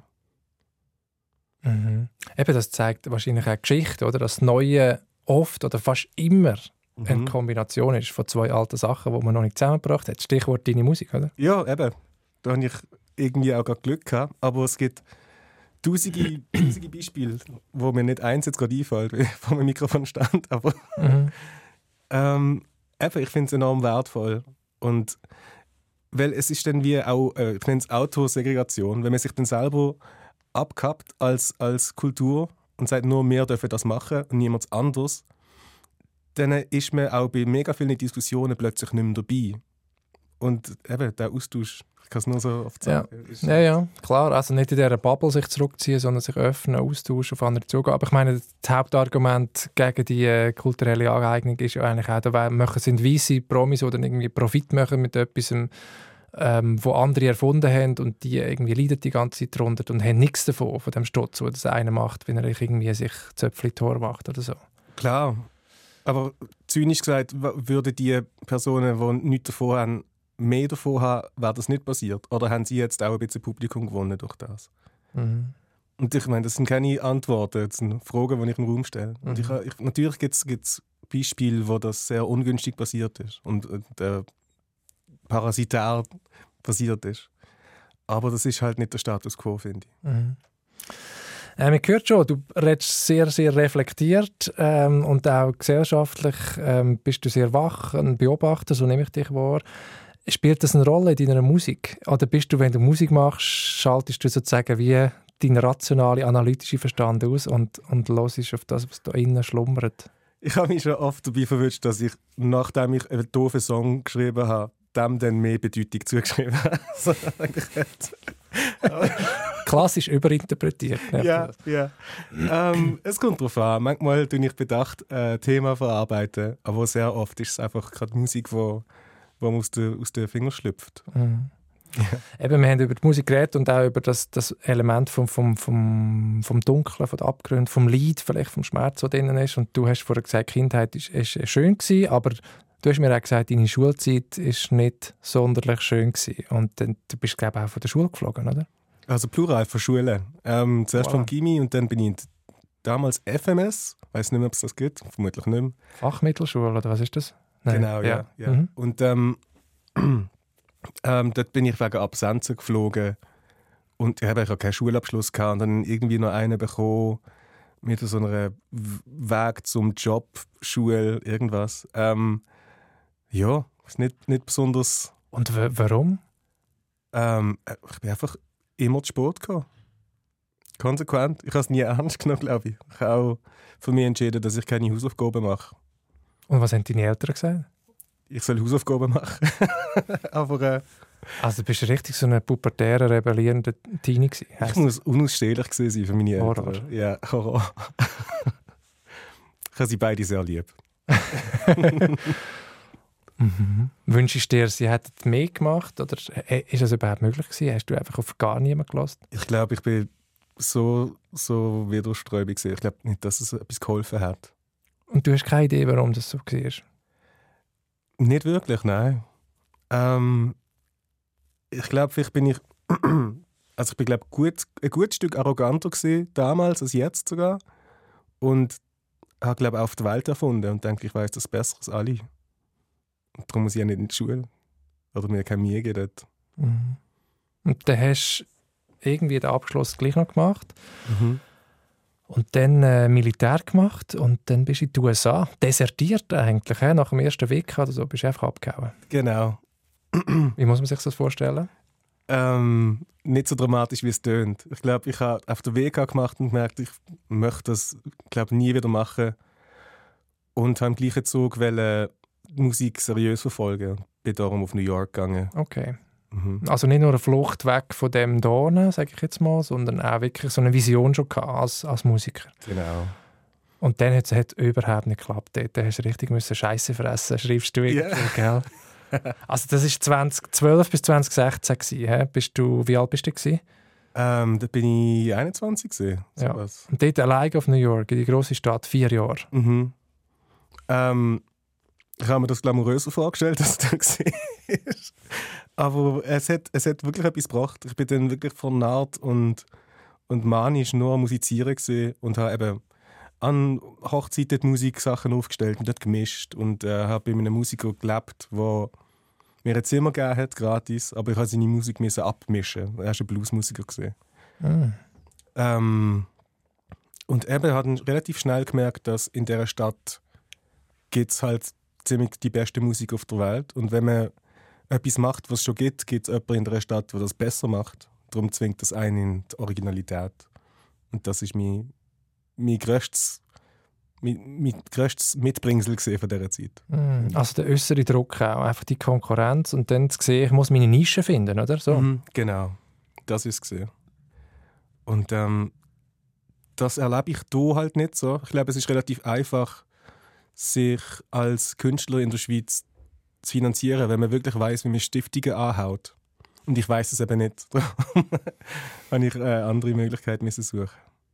Mhm. Eben, das zeigt wahrscheinlich auch die Geschichte, oder? Dass das Neue oft oder fast immer eine Kombination ist von zwei alten Sachen, die man noch nicht zusammengebracht hat. Stichwort deine Musik, oder? Ja, eben. Da habe ich irgendwie auch Glück gehabt. Aber es gibt tausende Beispiele, wo mir nicht eins jetzt gerade einfällt, weil ich vor meinem Mikrofon stand. Aber eben, ich finde es enorm wertvoll. Und weil es ist dann wie auch, ich nenne es Autosegregation, wenn man sich dann selber abkappt als Kultur und sagt, nur wir dürfen das machen und niemand anderes, dann ist man auch bei mega vielen Diskussionen plötzlich nicht mehr dabei. Und eben, der Austausch, ich kann es nur so oft sagen. Ja, klar. Also nicht in dieser Bubble sich zurückziehen, sondern sich öffnen, austauschen, auf andere zugehen. Aber ich meine, das Hauptargument gegen die kulturelle Aneignung ist ja eigentlich auch, da sind weisse Promis, die dann irgendwie Profit machen mit etwas, wo andere erfunden haben und die irgendwie leiden die ganze Zeit darunter und haben nichts davon, von dem Stutz, den das eine macht, wenn er irgendwie sich Zöpfchen Tor macht oder so. Klar, aber zynisch gesagt, würden die Personen, die nichts davon haben, mehr davon haben, wäre das nicht passiert? Oder haben sie jetzt auch ein bisschen Publikum gewonnen durch das? Mhm. Und ich meine, das sind keine Antworten, das sind Fragen, die ich im Raum stelle. Und natürlich gibt es Beispiele, wo das sehr ungünstig passiert ist und parasitär passiert ist. Aber das ist halt nicht der Status quo, finde ich. Mhm. Man hört schon, du redest sehr, sehr reflektiert und auch gesellschaftlich bist du sehr wach, ein Beobachter, so nehme ich dich wahr. Spielt das eine Rolle in deiner Musik? Oder bist du, wenn du Musik machst, schaltest du sozusagen wie deinen rationalen, analytischen Verstand aus und hörst auf das, was da innen schlummert? Ich habe mich schon oft dabei verwünscht, dass ich, nachdem ich einen doofen Song geschrieben habe, dem dann mehr Bedeutung zugeschrieben habe. klassisch überinterpretiert. Ja. Es kommt darauf an. Manchmal tue ich bedacht Thema verarbeiten, aber sehr oft ist es einfach gerade Musik, die mir aus den Fingern schlüpft. Mhm. Ja. Eben, wir haben über die Musik geredet und auch über das Element vom Dunklen, von den Abgründen, vom Leid, vielleicht vom Schmerz, der drin ist. Und du hast vorher gesagt, die Kindheit ist schön gewesen, aber du hast mir auch gesagt, deine Schulzeit ist nicht sonderlich schön gewesen. Und dann, du bist, glaube ich, auch von der Schule geflogen, oder? Also plural von Schulen. Zuerst vom Gymi und dann bin ich damals FMS. Ich weiß nicht mehr, ob es das gibt. Vermutlich nicht mehr. Fachmittelschule, oder was ist das? Nein. Genau, ja. Mhm. Und dort bin ich wegen Absenzen geflogen. Und ich habe keinen Schulabschluss gehabt. Und dann irgendwie noch einen bekommen mit so einem Weg zum Job, Schule, irgendwas. Ja, ist nicht besonders. Und warum? Ich bin einfach immer zu Sport gekommen. Konsequent. Ich habe es nie ernst genommen, glaube ich. Ich habe auch für mich entschieden, dass ich keine Hausaufgaben mache. Und was haben deine Eltern gesagt? Ich soll Hausaufgaben machen. Aber, also du bist richtig so ein pubertärer, rebellierender Teenie gewesen. Ich muss unausstehlich gewesen sein für meine Eltern. Horror. Ja, Horror. Ich habe sie beide sehr lieb. Mhm. Wünschst du dir, sie hätten mehr gemacht? Oder ist das überhaupt möglich gewesen? Hast du einfach auf gar niemanden gelassen? Ich glaube, ich bin so widersträubig gewesen. Ich glaube nicht, dass es etwas geholfen hat. Und du hast keine Idee, warum das so war? Nicht wirklich, nein. Ich glaube, vielleicht bin ich... Also ich bin, glaube ein gutes Stück arroganter gewesen, damals als jetzt sogar. Und habe, glaube ich, auf die Welt erfunden und denke, ich weiss das besser als alle. Und darum muss ich ja nicht in die Schule. Oder mir keine Mühe geben dort. Mhm. Und dann hast du irgendwie den Abschluss gleich noch gemacht. Mhm. Und dann Militär gemacht und dann bist du in die USA. Desertiert eigentlich, nach dem ersten WK oder so, bist du einfach abgehauen. Genau. Wie muss man sich das vorstellen? Nicht so dramatisch, wie es tönt. Ich glaube, ich habe auf der WK gemacht und gemerkt, ich möchte das nie wieder machen. Und habe im gleichen Zug die Musik seriös verfolgen. Bin darum auf New York gegangen. Okay. Mhm. Also nicht nur eine Flucht weg von dem Dornen, sage ich jetzt mal, sondern auch wirklich so eine Vision schon gehabt als Musiker. Genau. Und dann hat es überhaupt nicht geklappt. Dann hast du richtig Scheisse fressen, schreibst du irgendwie, gell? Also das war 2012 bis 2016 gewesen. Wie alt bist du gewesen? Da bin ich 21 gewesen. Ja. Und dort alleine auf New York, in die grosse Stadt, 4 Jahre. Mhm. Ich habe mir das glamouröser vorgestellt, als es da war. Aber es hat wirklich etwas gebracht. Ich bin dann wirklich vernarrt und manisch nur am Musizieren gewesen und habe eben an Hochzeiten die Musiksachen aufgestellt und dort gemischt und habe bei einem Musiker gelebt, der mir ein Zimmer gegeben hat, gratis, aber ich musste seine Musik abmischen. Er war ein Bluesmusiker. Und eben hat relativ schnell gemerkt, dass in dieser Stadt gibt es halt ziemlich die beste Musik auf der Welt. Und wenn man etwas macht, was es schon gibt es jemanden in der Stadt, der das besser macht. Darum zwingt das einen in die Originalität. Und das ist mein grösstes Mitbringsel von dieser Zeit. Also der äußere Druck auch, einfach die Konkurrenz und dann zu sehen, ich muss meine Nische finden, oder? So. Genau, das ist es. Und das erlebe ich hier halt nicht so. Ich glaube, es ist relativ einfach, sich als Künstler in der Schweiz zu finanzieren, wenn man wirklich weiss, wie man Stiftungen anhaut. Und ich weiss es eben nicht. Darum habe ich andere Möglichkeiten suchen.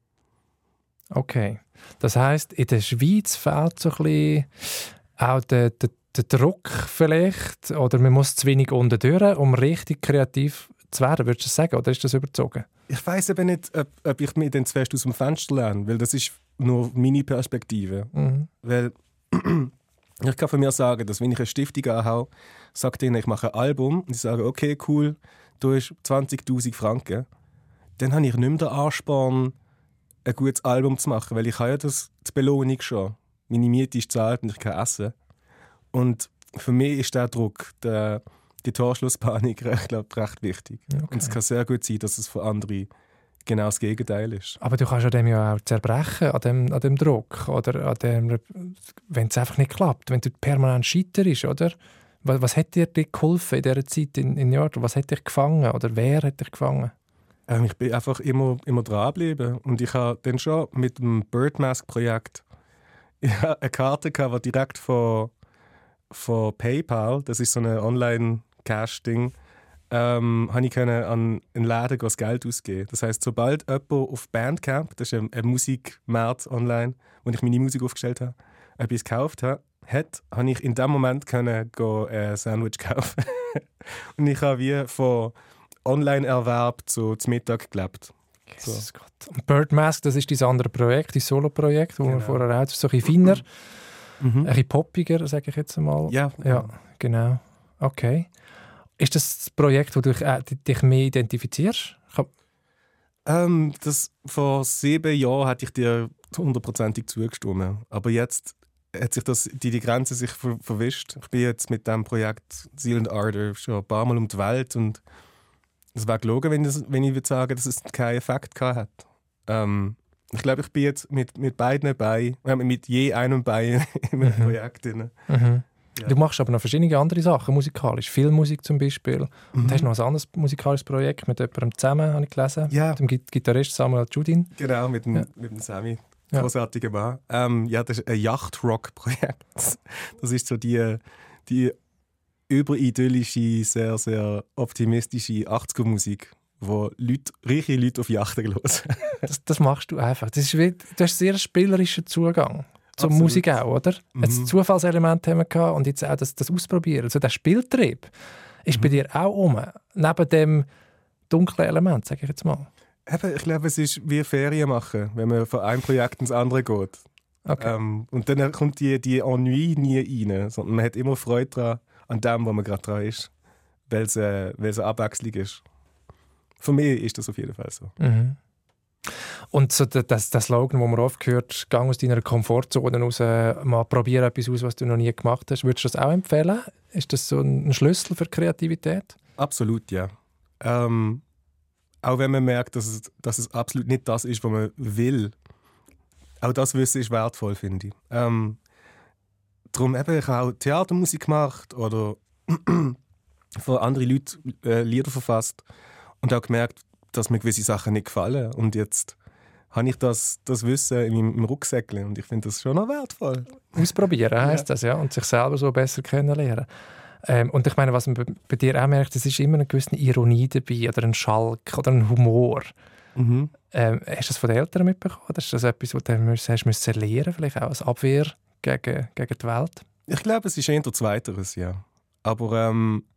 Okay. Das heisst, in der Schweiz fehlt so ein bisschen auch der Druck vielleicht, oder man muss zu wenig unten durch, um richtig kreativ zu werden, würdest du das sagen, oder ist das überzogen? Ich weiss eben nicht, ob ich mich dann zu fest aus dem Fenster lerne, weil das ist nur meine Perspektive. Mhm. Weil ich kann von mir sagen, dass wenn ich eine Stiftung anhaue, sagt ihnen, ich mache ein Album und sie sagen, okay, cool, du hast 20'000 Franken, dann habe ich nicht mehr den Ansporn, ein gutes Album zu machen, weil ich habe ja die Belohnung schon. Meine Miete ist gezahlt und ich kann essen. Und für mich ist der Druck, die Torschlusspanik, ich glaube, recht wichtig. Okay. Und es kann sehr gut sein, dass es für andere genau das Gegenteil ist. Aber du kannst an dem ja auch zerbrechen, an dem Druck. Oder an dem, wenn es einfach nicht klappt, wenn du permanent scheiterst, oder? Was hat dir geholfen in dieser Zeit in New York? Was hat dich gefangen? Oder wer hat dich gefangen? Ich bin einfach immer drangeblieben. Und ich habe dann schon mit dem Birdmask-Projekt eine Karte gehabt, die direkt von PayPal, das ist so ein Online-Cash-Ding, habe ich an einen Laden das Geld ausgeben. Das heisst, sobald jemand auf Bandcamp, das ist ein Musikmarkt online, wo ich meine Musik aufgestellt habe, etwas gekauft habe ich in dem Moment ein Sandwich kaufen. Und ich habe wie von Online-Erwerb zu Mittag gelebt. So. Und Birdmask, das ist dein andere Projekt, dein Solo-Projekt, das wir vorher auch so ein bisschen feiner, ein bisschen poppiger, sage ich jetzt einmal. Ja, genau. Okay. Ist das Projekt, wo du dich mehr identifizierst? Vor 7 Jahren hätte ich dir 100%ig zugestimmt. Aber jetzt hat sich die Grenze sich verwischt. Ich bin jetzt mit diesem Projekt Seal and Ardor schon ein paar Mal um die Welt und es wäre gelogen, wenn ich würde sagen, dass es keinen Effekt hat. Ich glaube, ich bin jetzt mit beiden Beinen, mit je einem Bein in einem Projekt drin. Ja. Du machst aber noch verschiedene andere Sachen, musikalisch. Filmmusik zum Beispiel. Und hast noch ein anderes musikalisches Projekt mit jemandem zusammen, habe ich gelesen. Ja. Mit dem Gitarrist Samuel Judin. Genau, mit dem Sammy. Großartiger Mann. Das ist ein Yacht-Rock-Projekt. Das ist so die überidyllische, sehr, sehr optimistische 80er-Musik, wo reiche Leute auf Yachten hören. das machst du einfach. Du hast einen sehr spielerischen Zugang zur Absolut. Musik auch, oder? Jetzt Zufallselement haben wir gehabt und jetzt auch das Ausprobieren. Also der Spieltrieb ist bei dir auch neben dem dunklen Element, sage ich jetzt mal. Ich glaube, es ist wie Ferien machen, wenn man von einem Projekt ins andere geht. Okay. Und dann kommt die Ennui nie rein, sondern man hat immer Freude an dem, wo man gerade dran ist, weil es eine Abwechslung ist. Für mich ist das auf jeden Fall so. Mhm. Und so das Slogan, das man oft hört, «Gang aus deiner Komfortzone raus, mal probiere etwas aus, was du noch nie gemacht hast». Würdest du das auch empfehlen? Ist das so ein Schlüssel für Kreativität? Absolut, ja. Auch wenn man merkt, dass es absolut nicht das ist, was man will. Auch das Wissen ist wertvoll, finde ich. Darum habe ich auch Theatermusik gemacht oder für andere Leute Lieder verfasst und auch gemerkt, dass mir gewisse Sachen nicht gefallen. Und jetzt habe ich das Wissen in meinem Rucksäckchen und ich finde das schon noch wertvoll. Ausprobieren heisst das, ja. Und sich selber so besser kennenlernen. Und ich meine, was man bei dir auch merkt, es ist immer eine gewisse Ironie dabei oder ein Schalk oder ein Humor. Mhm. Hast du das von den Eltern mitbekommen? Oder ist das etwas, was du hast müssen lernen, vielleicht auch als Abwehr gegen die Welt? Ich glaube, es ist eher Zweiteres, ja. Aber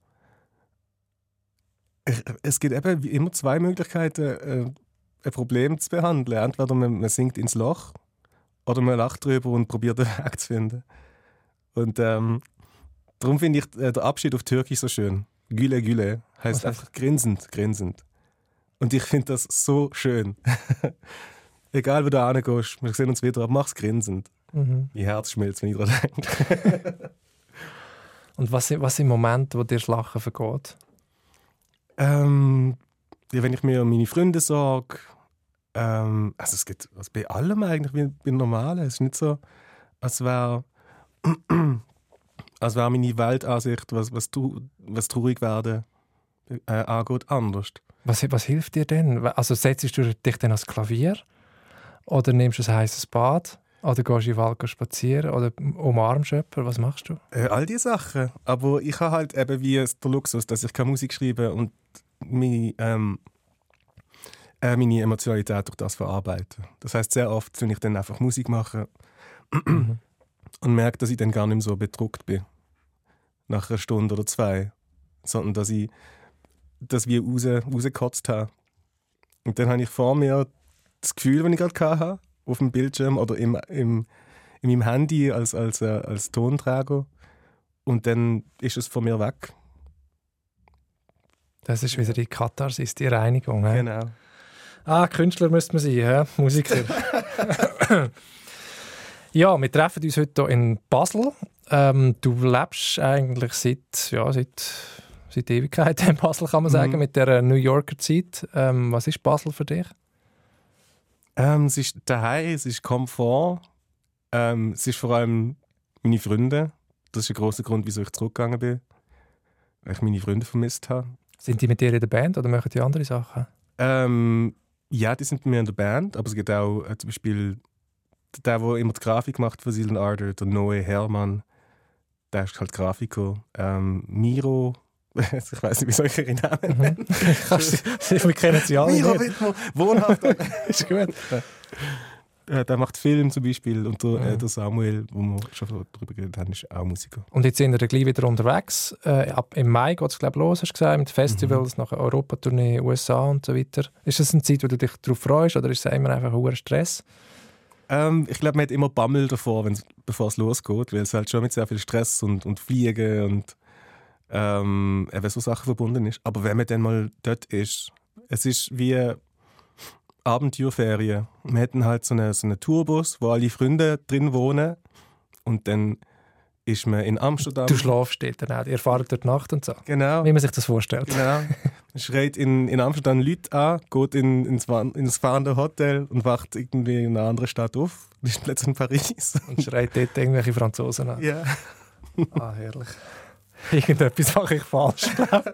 es gibt eben wie immer zwei Möglichkeiten, ein Problem zu behandeln. Entweder man sinkt ins Loch oder man lacht drüber und probiert einen Weg zu finden. Und darum finde ich den Abschied auf Türkisch so schön. Güle, güle heisst einfach grinsend, grinsend. Und ich finde das so schön. Egal, wo du hingehst, wir sehen uns wieder, aber mach's grinsend. Mein Herz schmilzt, wenn ich daran denke. Und was sind Momente, wo dir das Lachen vergeht? Wenn ich mir um meine Freunde sorge, es geht bei allem eigentlich wie bei Normalen. Es ist nicht so, als wäre meine Weltansicht, was traurig werden angeht, anders. Was hilft dir denn? Also setzt du dich dann ans Klavier? Oder nimmst du ein heißes Bad? Oder gehst du in den Wald spazieren? Oder umarmst jemanden? Was machst du? All diese Sachen. Aber ich habe halt eben wie der Luxus, dass ich Musik schreibe und meine Emotionalität durch das verarbeiten. Das heisst, sehr oft, wenn ich dann einfach Musik mache und merke, dass ich dann gar nicht mehr so bedruckt bin. Nach einer Stunde oder 2. Sondern dass ich das wie rausgekotzt habe. Und dann habe ich vor mir das Gefühl, das ich gerade hatte, auf dem Bildschirm oder in meinem Handy als Tonträger. Und dann ist es von mir weg. Das ist wieder die Katharsis, die Reinigung. He? Genau. Künstler müsste man sein, he? Musiker. Ja, wir treffen uns heute hier in Basel. Du lebst eigentlich seit Ewigkeit in Basel, kann man sagen, mit der New Yorker Zeit. Was ist Basel für dich? Es ist daheim, es ist Komfort. Es ist vor allem meine Freunde. Das ist ein grosser Grund, wieso ich zurückgegangen bin. Weil ich meine Freunde vermisst habe. Sind die mit dir in der Band oder machen die andere Sachen? Ja, die sind bei mir in der Band, aber es gibt auch zum Beispiel der immer die Grafik macht für Silent Ardor, der Noe Hermann, der ist halt Grafiker. Miro, ich weiß nicht, wie soll ich ihre Namen nennen? Wir kennen sie alle Miro nicht. Wittmer, wohnhaft. Ist gut. Der macht Film zum Beispiel und der Samuel, wo wir schon darüber geredet haben, ist auch Musiker. Und jetzt sind wir gleich wieder unterwegs. Ab im Mai geht es, glaube ich, los, hast du gesagt, mit Festivals, nach Europatournee, USA und so weiter. Ist das eine Zeit, wo du dich darauf freust oder ist es immer einfach ein Stress? Ich glaube, man hat immer Bammel davor, bevor es losgeht, weil es halt schon mit sehr viel Stress und Fliegen und eben so Sachen verbunden ist. Aber wenn man dann mal dort ist, es ist wie Abenteuerferien. Wir hatten halt so einen Tourbus, wo alle Freunde drin wohnen und dann ist man in Amsterdam. Du schlafst dort dann auch, ihr fahrt dort Nacht und so. Genau. Wie man sich das vorstellt. Genau. Man schreit in Amsterdam Leute an, geht ins fahrende Hotel und wacht irgendwie in einer anderen Stadt auf. Das ist plötzlich in Paris. Und schreit dort irgendwelche Franzosen an. Ja. Ah, herrlich. Irgendetwas mache ich falsch.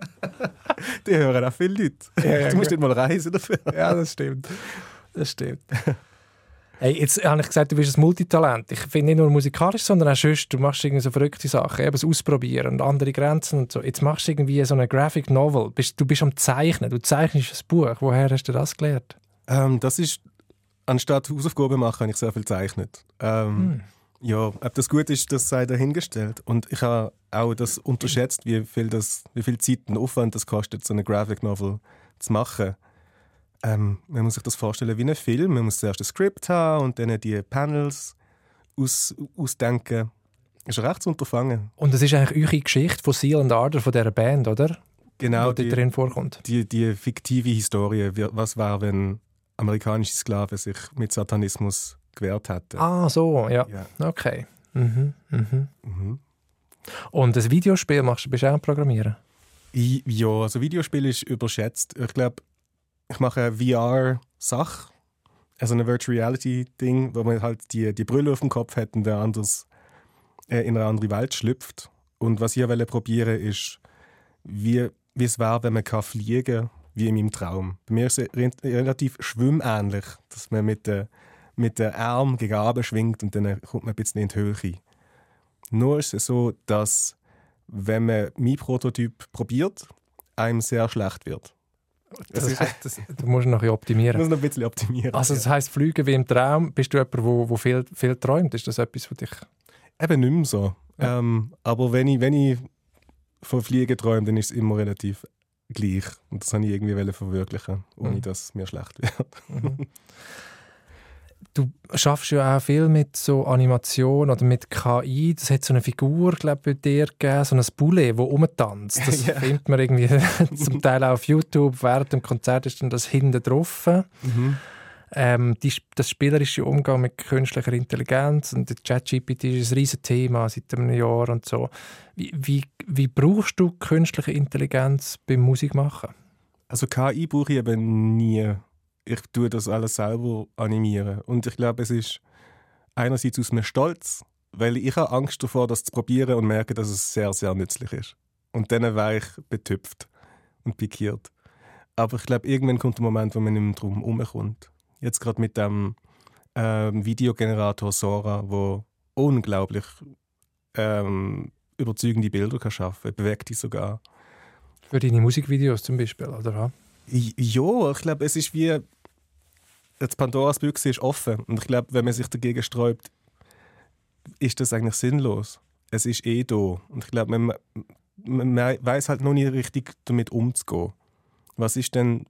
Die hören auch viele Leute. Ja, du musst nicht mal reisen dafür. Ja, das stimmt. Das stimmt. Hey, jetzt habe ich gesagt, du bist ein Multitalent. Ich finde nicht nur musikalisch, sondern auch sonst. Du machst irgendwie so verrückte Sachen, eben das Ausprobieren und andere Grenzen und so. Jetzt machst du irgendwie so eine Graphic Novel. Du bist am Zeichnen, du zeichnest ein Buch. Woher hast du das gelernt? Das ist, anstatt Hausaufgaben machen, habe ich sehr viel gezeichnet. Ja, ob das gut ist, das sei dahingestellt. Und ich habe auch das unterschätzt, wie viel Zeit und Aufwand das kostet, so eine Graphic Novel zu machen. Man muss sich das vorstellen wie ein Film. Man muss zuerst ein Skript haben und dann die Panels ausdenken. Das ist ein rechtes Unterfangen. Und das ist eigentlich eure Geschichte von Silent Ardor, von dieser Band, oder? Genau, die drin vorkommt. Die fiktive Historie. Was war, wenn amerikanische Sklaven sich mit Satanismus gewehrt hätten? Ah, so, ja. Okay. Und das Videospiel bist du auch am Programmieren? Ja, also Videospiel ist überschätzt. Ich glaube, ich mache eine VR-Sache, also eine Virtual Reality-Ding, wo man halt die Brille auf dem Kopf hat und der in eine andere Welt schlüpft. Und was ich probieren wollte, ist, wie es wäre, wenn man fliegen kann, wie in meinem Traum. Bei mir ist es relativ schwimmähnlich, dass man mit den Armen gegen oben schwingt und dann kommt man ein bisschen in die Höhe. Nur ist es so, dass, wenn man meinen Prototyp probiert, einem sehr schlecht wird. Du musst noch optimieren. Ich muss noch ein bisschen optimieren. Also das heisst, fliegen wie im Traum. Bist du jemand, der viel träumt? Ist das etwas, was dich... Eben nicht mehr so. Ja. Aber wenn ich von Fliegen träume, dann ist es immer relativ gleich. Und das wollte ich irgendwie verwirklichen, ohne dass es mir schlecht wird. Du schaffst ja auch viel mit so Animation oder mit KI. Das hat so eine Figur, glaube ich, bei dir gegeben, so ein Boulet, das rumtanzt. Das findet man irgendwie zum Teil auch auf YouTube. Während dem Konzert ist dann das hinten drauf. Das spielerische Umgang mit künstlicher Intelligenz und der ChatGPT ist ein riesiges Thema seit einem Jahr und so. Wie brauchst du künstliche Intelligenz beim Musikmachen? Also KI brauche ich eben nie. Ich tue das alles selber animieren. Und ich glaube, es ist einerseits aus mir stolz, weil ich habe Angst davor, das zu probieren und merke, dass es sehr, sehr nützlich ist. Und dann wäre ich betüpft und pikiert. Aber ich glaube, irgendwann kommt der Moment, wo man nicht mehr drum herumkommt. Jetzt gerade mit dem Videogenerator Sora, der unglaublich überzeugende Bilder kann schaffen kann, bewegt die sogar. Für deine Musikvideos zum Beispiel, oder? Ja, ich glaube, es ist wie das Pandoras Büchse ist offen. Und ich glaube, wenn man sich dagegen sträubt, ist das eigentlich sinnlos. Es ist da. Und ich glaube, man weiss halt noch nicht richtig, damit umzugehen. Was ist der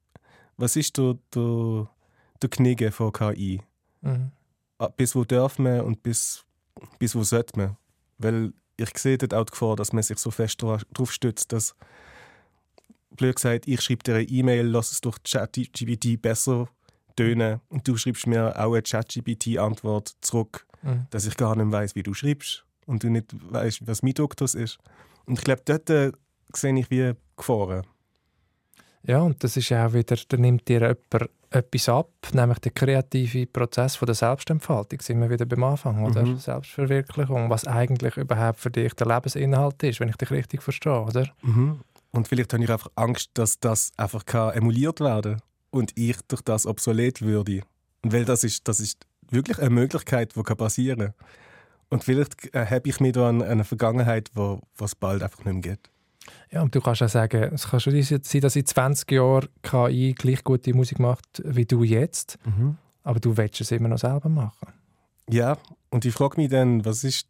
Knigge von KI? Bis wo darf man und bis wo sollte man? Weil ich sehe dort auch die Gefahr, dass man sich so fest darauf stützt, dass, blöd gesagt, ich schreibe dir eine E-Mail, lass es durch ChatGPT besser tönen und du schreibst mir auch eine ChatGPT-Antwort zurück, dass ich gar nicht weiss, wie du schreibst und du nicht weißt, was mein Duktus ist. Und ich glaube, dort sehe ich wie Gefahren. Ja, und das ist auch wieder, da nimmt dir jemand etwas ab, nämlich der kreative Prozess von der Selbstentfaltung. Sind wir wieder beim Anfang, oder? Selbstverwirklichung, was eigentlich überhaupt für dich der Lebensinhalt ist, wenn ich dich richtig verstehe, oder? Und vielleicht habe ich einfach Angst, dass das einfach emuliert werden kann und ich durch das obsolet würde. Und weil das ist wirklich eine Möglichkeit, die passieren kann. Und vielleicht habe ich mich da an eine Vergangenheit, wo es bald einfach nicht mehr geht. Ja, und du kannst auch sagen, es kann schon sein, dass in 20 Jahren KI gleich gute Musik macht wie du jetzt, aber du willst es immer noch selber machen. Ja, und ich frage mich dann, ist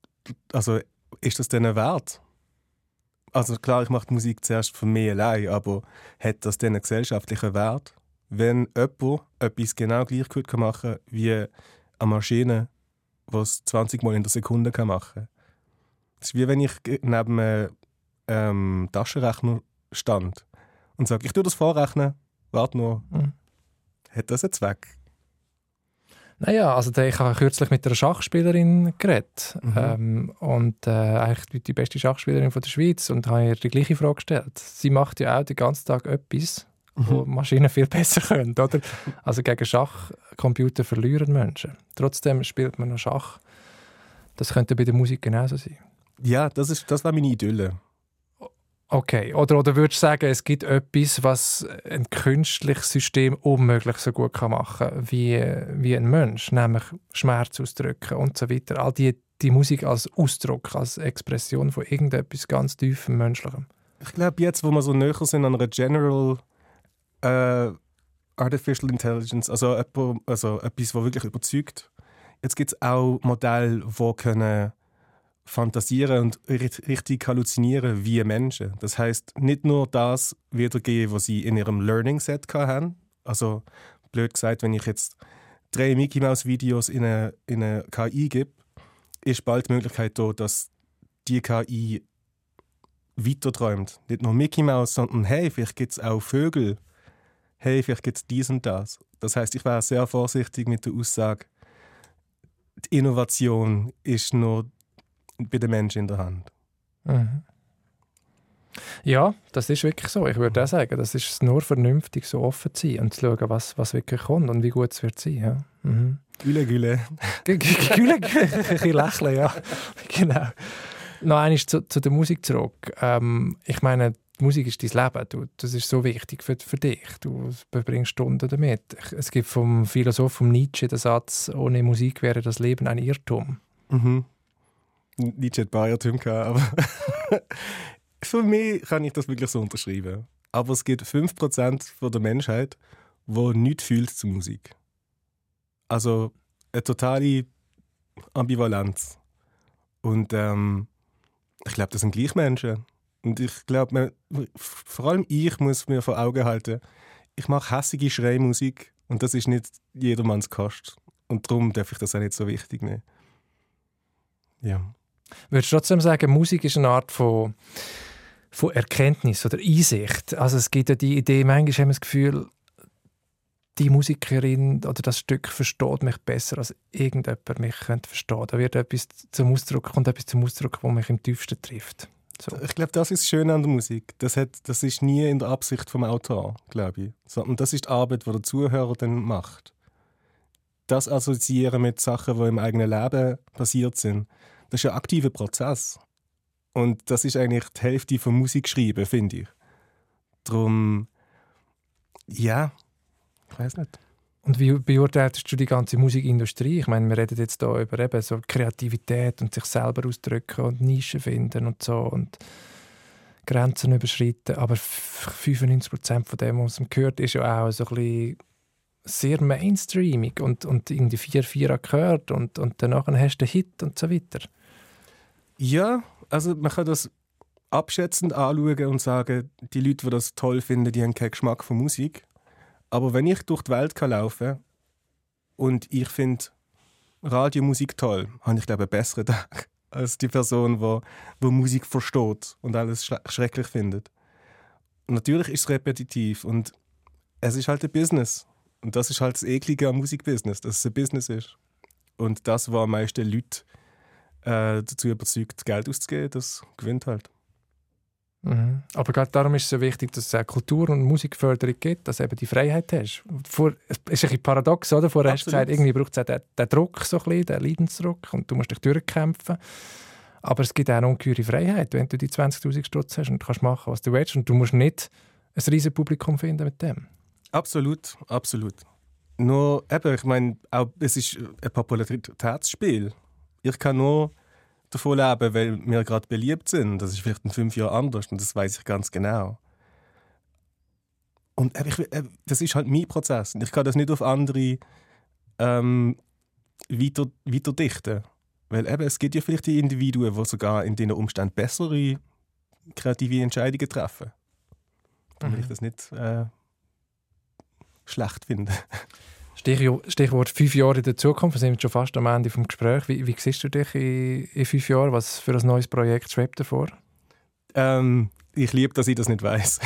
das denn ein Wert? Also klar, ich mache die Musik zuerst für mich allein, aber hat das denn einen gesellschaftlichen Wert? Wenn jemand etwas genau gleich gut machen kann wie eine Maschine, die es 20 Mal in der Sekunde machen kann. Es ist wie wenn ich neben einem Taschenrechner stand und sage, ich tue das vorrechnen, warte nur. Hat das einen Zweck? Naja, also ich habe kürzlich mit einer Schachspielerin geredet. Eigentlich die beste Schachspielerin von der Schweiz und habe ihr die gleiche Frage gestellt. Sie macht ja auch den ganzen Tag etwas, wo Maschinen viel besser können, oder? Also gegen Schachcomputer verlieren Menschen. Trotzdem spielt man noch Schach. Das könnte bei der Musik genauso sein. Ja, das war meine Idylle. Okay, oder würdest du sagen, es gibt etwas, was ein künstliches System unmöglich so gut machen kann wie ein Mensch, nämlich Schmerz ausdrücken und so weiter. All die Musik als Ausdruck, als Expression von irgendetwas ganz tiefem Menschlichem. Ich glaube, jetzt, wo wir so näher sind an einer General Artificial Intelligence, also etwas, was wirklich überzeugt, jetzt gibt es auch Modelle, die können fantasieren und richtig halluzinieren wie Menschen. Das heisst, nicht nur das wiedergeben, was sie in ihrem Learning-Set hatten. Also, blöd gesagt, wenn ich jetzt 3 Mickey-Mouse-Videos in eine KI gebe, ist bald die Möglichkeit da, dass die KI weiterträumt. Nicht nur Mickey Mouse, sondern hey, vielleicht gibt es auch Vögel. Hey, vielleicht gibt es dies und das. Das heisst, ich wäre sehr vorsichtig mit der Aussage, die Innovation ist nur bei den Menschen in der Hand. Ja, das ist wirklich so. Ich würde auch sagen, das ist nur vernünftig, so offen zu sein und zu schauen, was wirklich kommt und wie gut es wird sein. Ja. Güle. Güle, ein bisschen lächeln, ja. Genau. Noch einmal zu der Musik zurück. Ich meine, die Musik ist dein Leben. Das ist so wichtig für dich. Du verbringst Stunden damit. Es gibt vom Philosoph Nietzsche den Satz, ohne Musik wäre das Leben ein Irrtum. Nietzsche hat ein paar Irrtümer gehabt, aber für mich kann ich das wirklich so unterschreiben. Aber es gibt 5% der Menschheit, die nichts fühlt zur Musik. Also eine totale Ambivalenz. Und ich glaube, das sind gleich Menschen. Und ich glaube, vor allem ich muss mir vor Augen halten, ich mache hässige Schreimusik und das ist nicht jedermanns Kost. Und darum darf ich das auch nicht so wichtig nehmen. Ja. Würdest du trotzdem sagen, Musik ist eine Art von Erkenntnis oder Einsicht? Also es gibt ja die Idee, manchmal haben wir das Gefühl, die Musikerin oder das Stück versteht mich besser, als irgendjemand mich könnte verstehen. Da kommt etwas zum Ausdruck, das mich im tiefsten trifft. So. Ich glaube, das ist das Schöne an der Musik. Das ist nie in der Absicht vom Autor, glaube ich. Sondern das ist die Arbeit, die der Zuhörer dann macht. Das Assoziieren mit Sachen, die im eigenen Leben passiert sind, das ist ein aktiver Prozess. Und das ist eigentlich die Hälfte vom Musikschreiben, finde ich. Darum, ja, ich weiß nicht. Und wie beurteilst du die ganze Musikindustrie? Ich meine, wir reden jetzt hier über eben so Kreativität und sich selber ausdrücken und Nischen finden und so und Grenzen überschreiten. Aber 95% von dem, was man hört, ist ja auch so ein bisschen sehr mainstreamig und irgendwie 4 Akkorde und danach hast du einen Hit und so weiter. Ja, also man kann das abschätzend anschauen und sagen, die Leute, die das toll finden, die haben keinen Geschmack von Musik. Aber wenn ich durch die Welt laufen kann und ich finde Radiomusik toll, habe ich, glaube ich, einen besseren Tag als die Person, die Musik versteht und alles schrecklich findet. Und natürlich ist es repetitiv und es ist halt ein Business. Und das ist halt das Eklige am Musikbusiness, dass es ein Business ist. Und das, was am meisten Leute dazu überzeugt, Geld auszugeben, das gewinnt halt. Aber gerade darum ist es so wichtig, dass es auch Kultur- und Musikförderung gibt, dass du eben die Freiheit hast. Es ist ein bisschen paradox, oder? Vorher hast du gesagt, irgendwie braucht es auch den Druck, so ein bisschen, den Leidensdruck, und du musst dich durchkämpfen. Aber es gibt auch eine ungeheure Freiheit, wenn du die 20'000 Stutz hast und kannst machen, was du willst. Und du musst nicht ein riesiges Publikum finden mit dem. Absolut, absolut. Nur, eben, ich meine, auch, es ist ein Popularitätsspiel. Ich kann nur davon leben, weil wir gerade beliebt sind. Das ist vielleicht in 5 Jahren anders und das weiß ich ganz genau. Und das ist halt mein Prozess. Ich kann das nicht auf andere weiter dichten. Weil eben, es gibt ja vielleicht die Individuen, die sogar in diesen Umständen bessere kreative Entscheidungen treffen. Weil ich das nicht schlecht finde. Stichwort 5 Jahre in der Zukunft. Wir sind schon fast am Ende des Gesprächs. Wie siehst du dich in 5 Jahren? Was für ein neues Projekt schwebt dir vor? Ich liebe, dass ich das nicht weiss.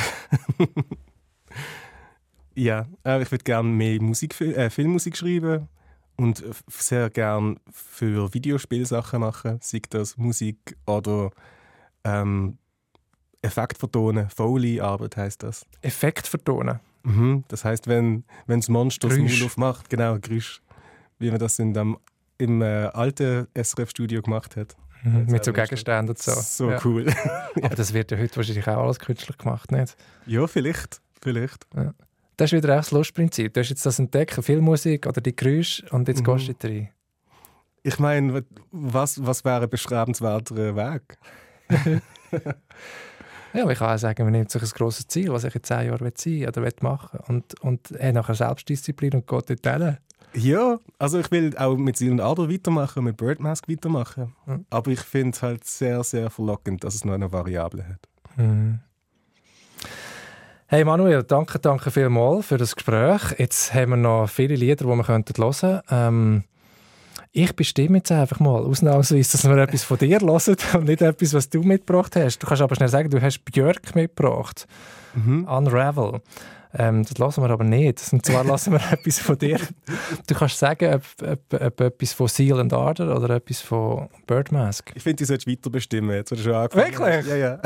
Ja, ich würde gerne mehr Filmmusik schreiben und sehr gerne für Videospielsachen machen, sei das Musik oder Effekt vertonen. Foley-Arbeit heisst das. Effekt vertonen? Mhm. Das heisst, wenn das Monster das Geräusch. Maul aufmacht, genau, Geräusch, wie man das im alten SRF-Studio gemacht hat. Mit so Gegenständen und so. So Ja. cool. Aber das wird ja heute wahrscheinlich auch alles künstlich gemacht, nicht? Ja, vielleicht. Ja. Das ist wieder auch das Lustprinzip. Du hast jetzt das entdeckt, Filmmusik oder die Geräusche, und jetzt gehst du rein. Ich meine, was wäre ein beschreibenswerter Weg? Ja, aber ich kann auch sagen, man nimmt sich ein grosses Ziel, was ich in 10 Jahren sein oder machen will, und hat nachher Selbstdisziplin und geht dort hin. Ja, also ich will auch mit Seelen Adler weitermachen, mit Birdmask weitermachen. Mhm. Aber ich finde es halt sehr, sehr verlockend, dass es noch eine Variable hat. Mhm. Hey Manuel, danke vielmals für das Gespräch. Jetzt haben wir noch viele Lieder, die wir hören könnten. Ich bestimme jetzt einfach mal ausnahmsweise, dass wir etwas von dir hören und nicht etwas, was du mitgebracht hast. Du kannst aber schnell sagen, du hast Björk mitgebracht. Unravel. Das lassen wir aber nicht. Und zwar lassen wir etwas von dir. Du kannst sagen, ob etwas von Seal and Ardor oder etwas von Birdmask. Ich finde, du solltest weiter bestimmen, jetzt, wo du schon angefangen hast. Wirklich? Ja.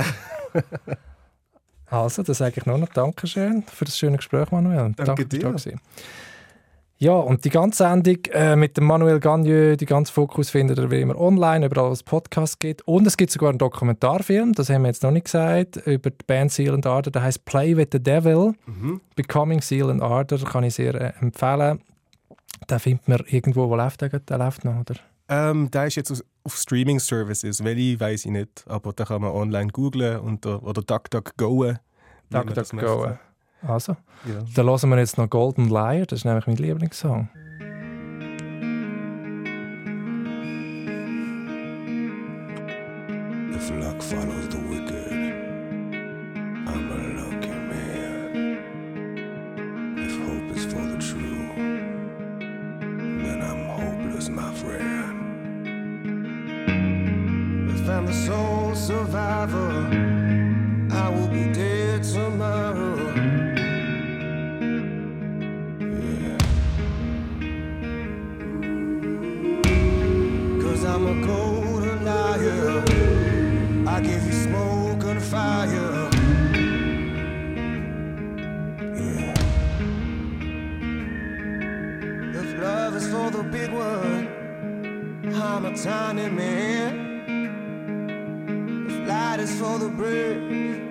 Also, dann sage ich nur noch Dankeschön für das schöne Gespräch, Manuel. Danke dir. dass du da warst. Ja, und die ganze Sendung mit dem Manuel Gagneux, die ganze Fokus findet ihr wie immer online, überall wo es Podcasts gibt. Und es gibt sogar einen Dokumentarfilm, das haben wir jetzt noch nicht gesagt, über die Band Seal and Ardor, der heißt Play with the Devil. Becoming Seal and Ardor, kann ich sehr empfehlen. Den findet man irgendwo, wo läuft der läuft noch, oder? Der ist jetzt auf Streaming-Services, welche weiß ich nicht, aber da kann man online googlen oder DuckDuckGo. DuckDuckGo. Also, Ja. dann hören wir jetzt noch Golden Liar, das ist nämlich mein Lieblingssong. If luck follows the wicked, I'm a lucky man. If hope is for the true, then I'm hopeless, my friend. If I'm the sole survivor, I will be dead tomorrow. Yeah. 'Cause I'm a golden liar. I give you smoke and fire. Yeah. If love is for the big one, I'm a tiny man. If light is for the brave,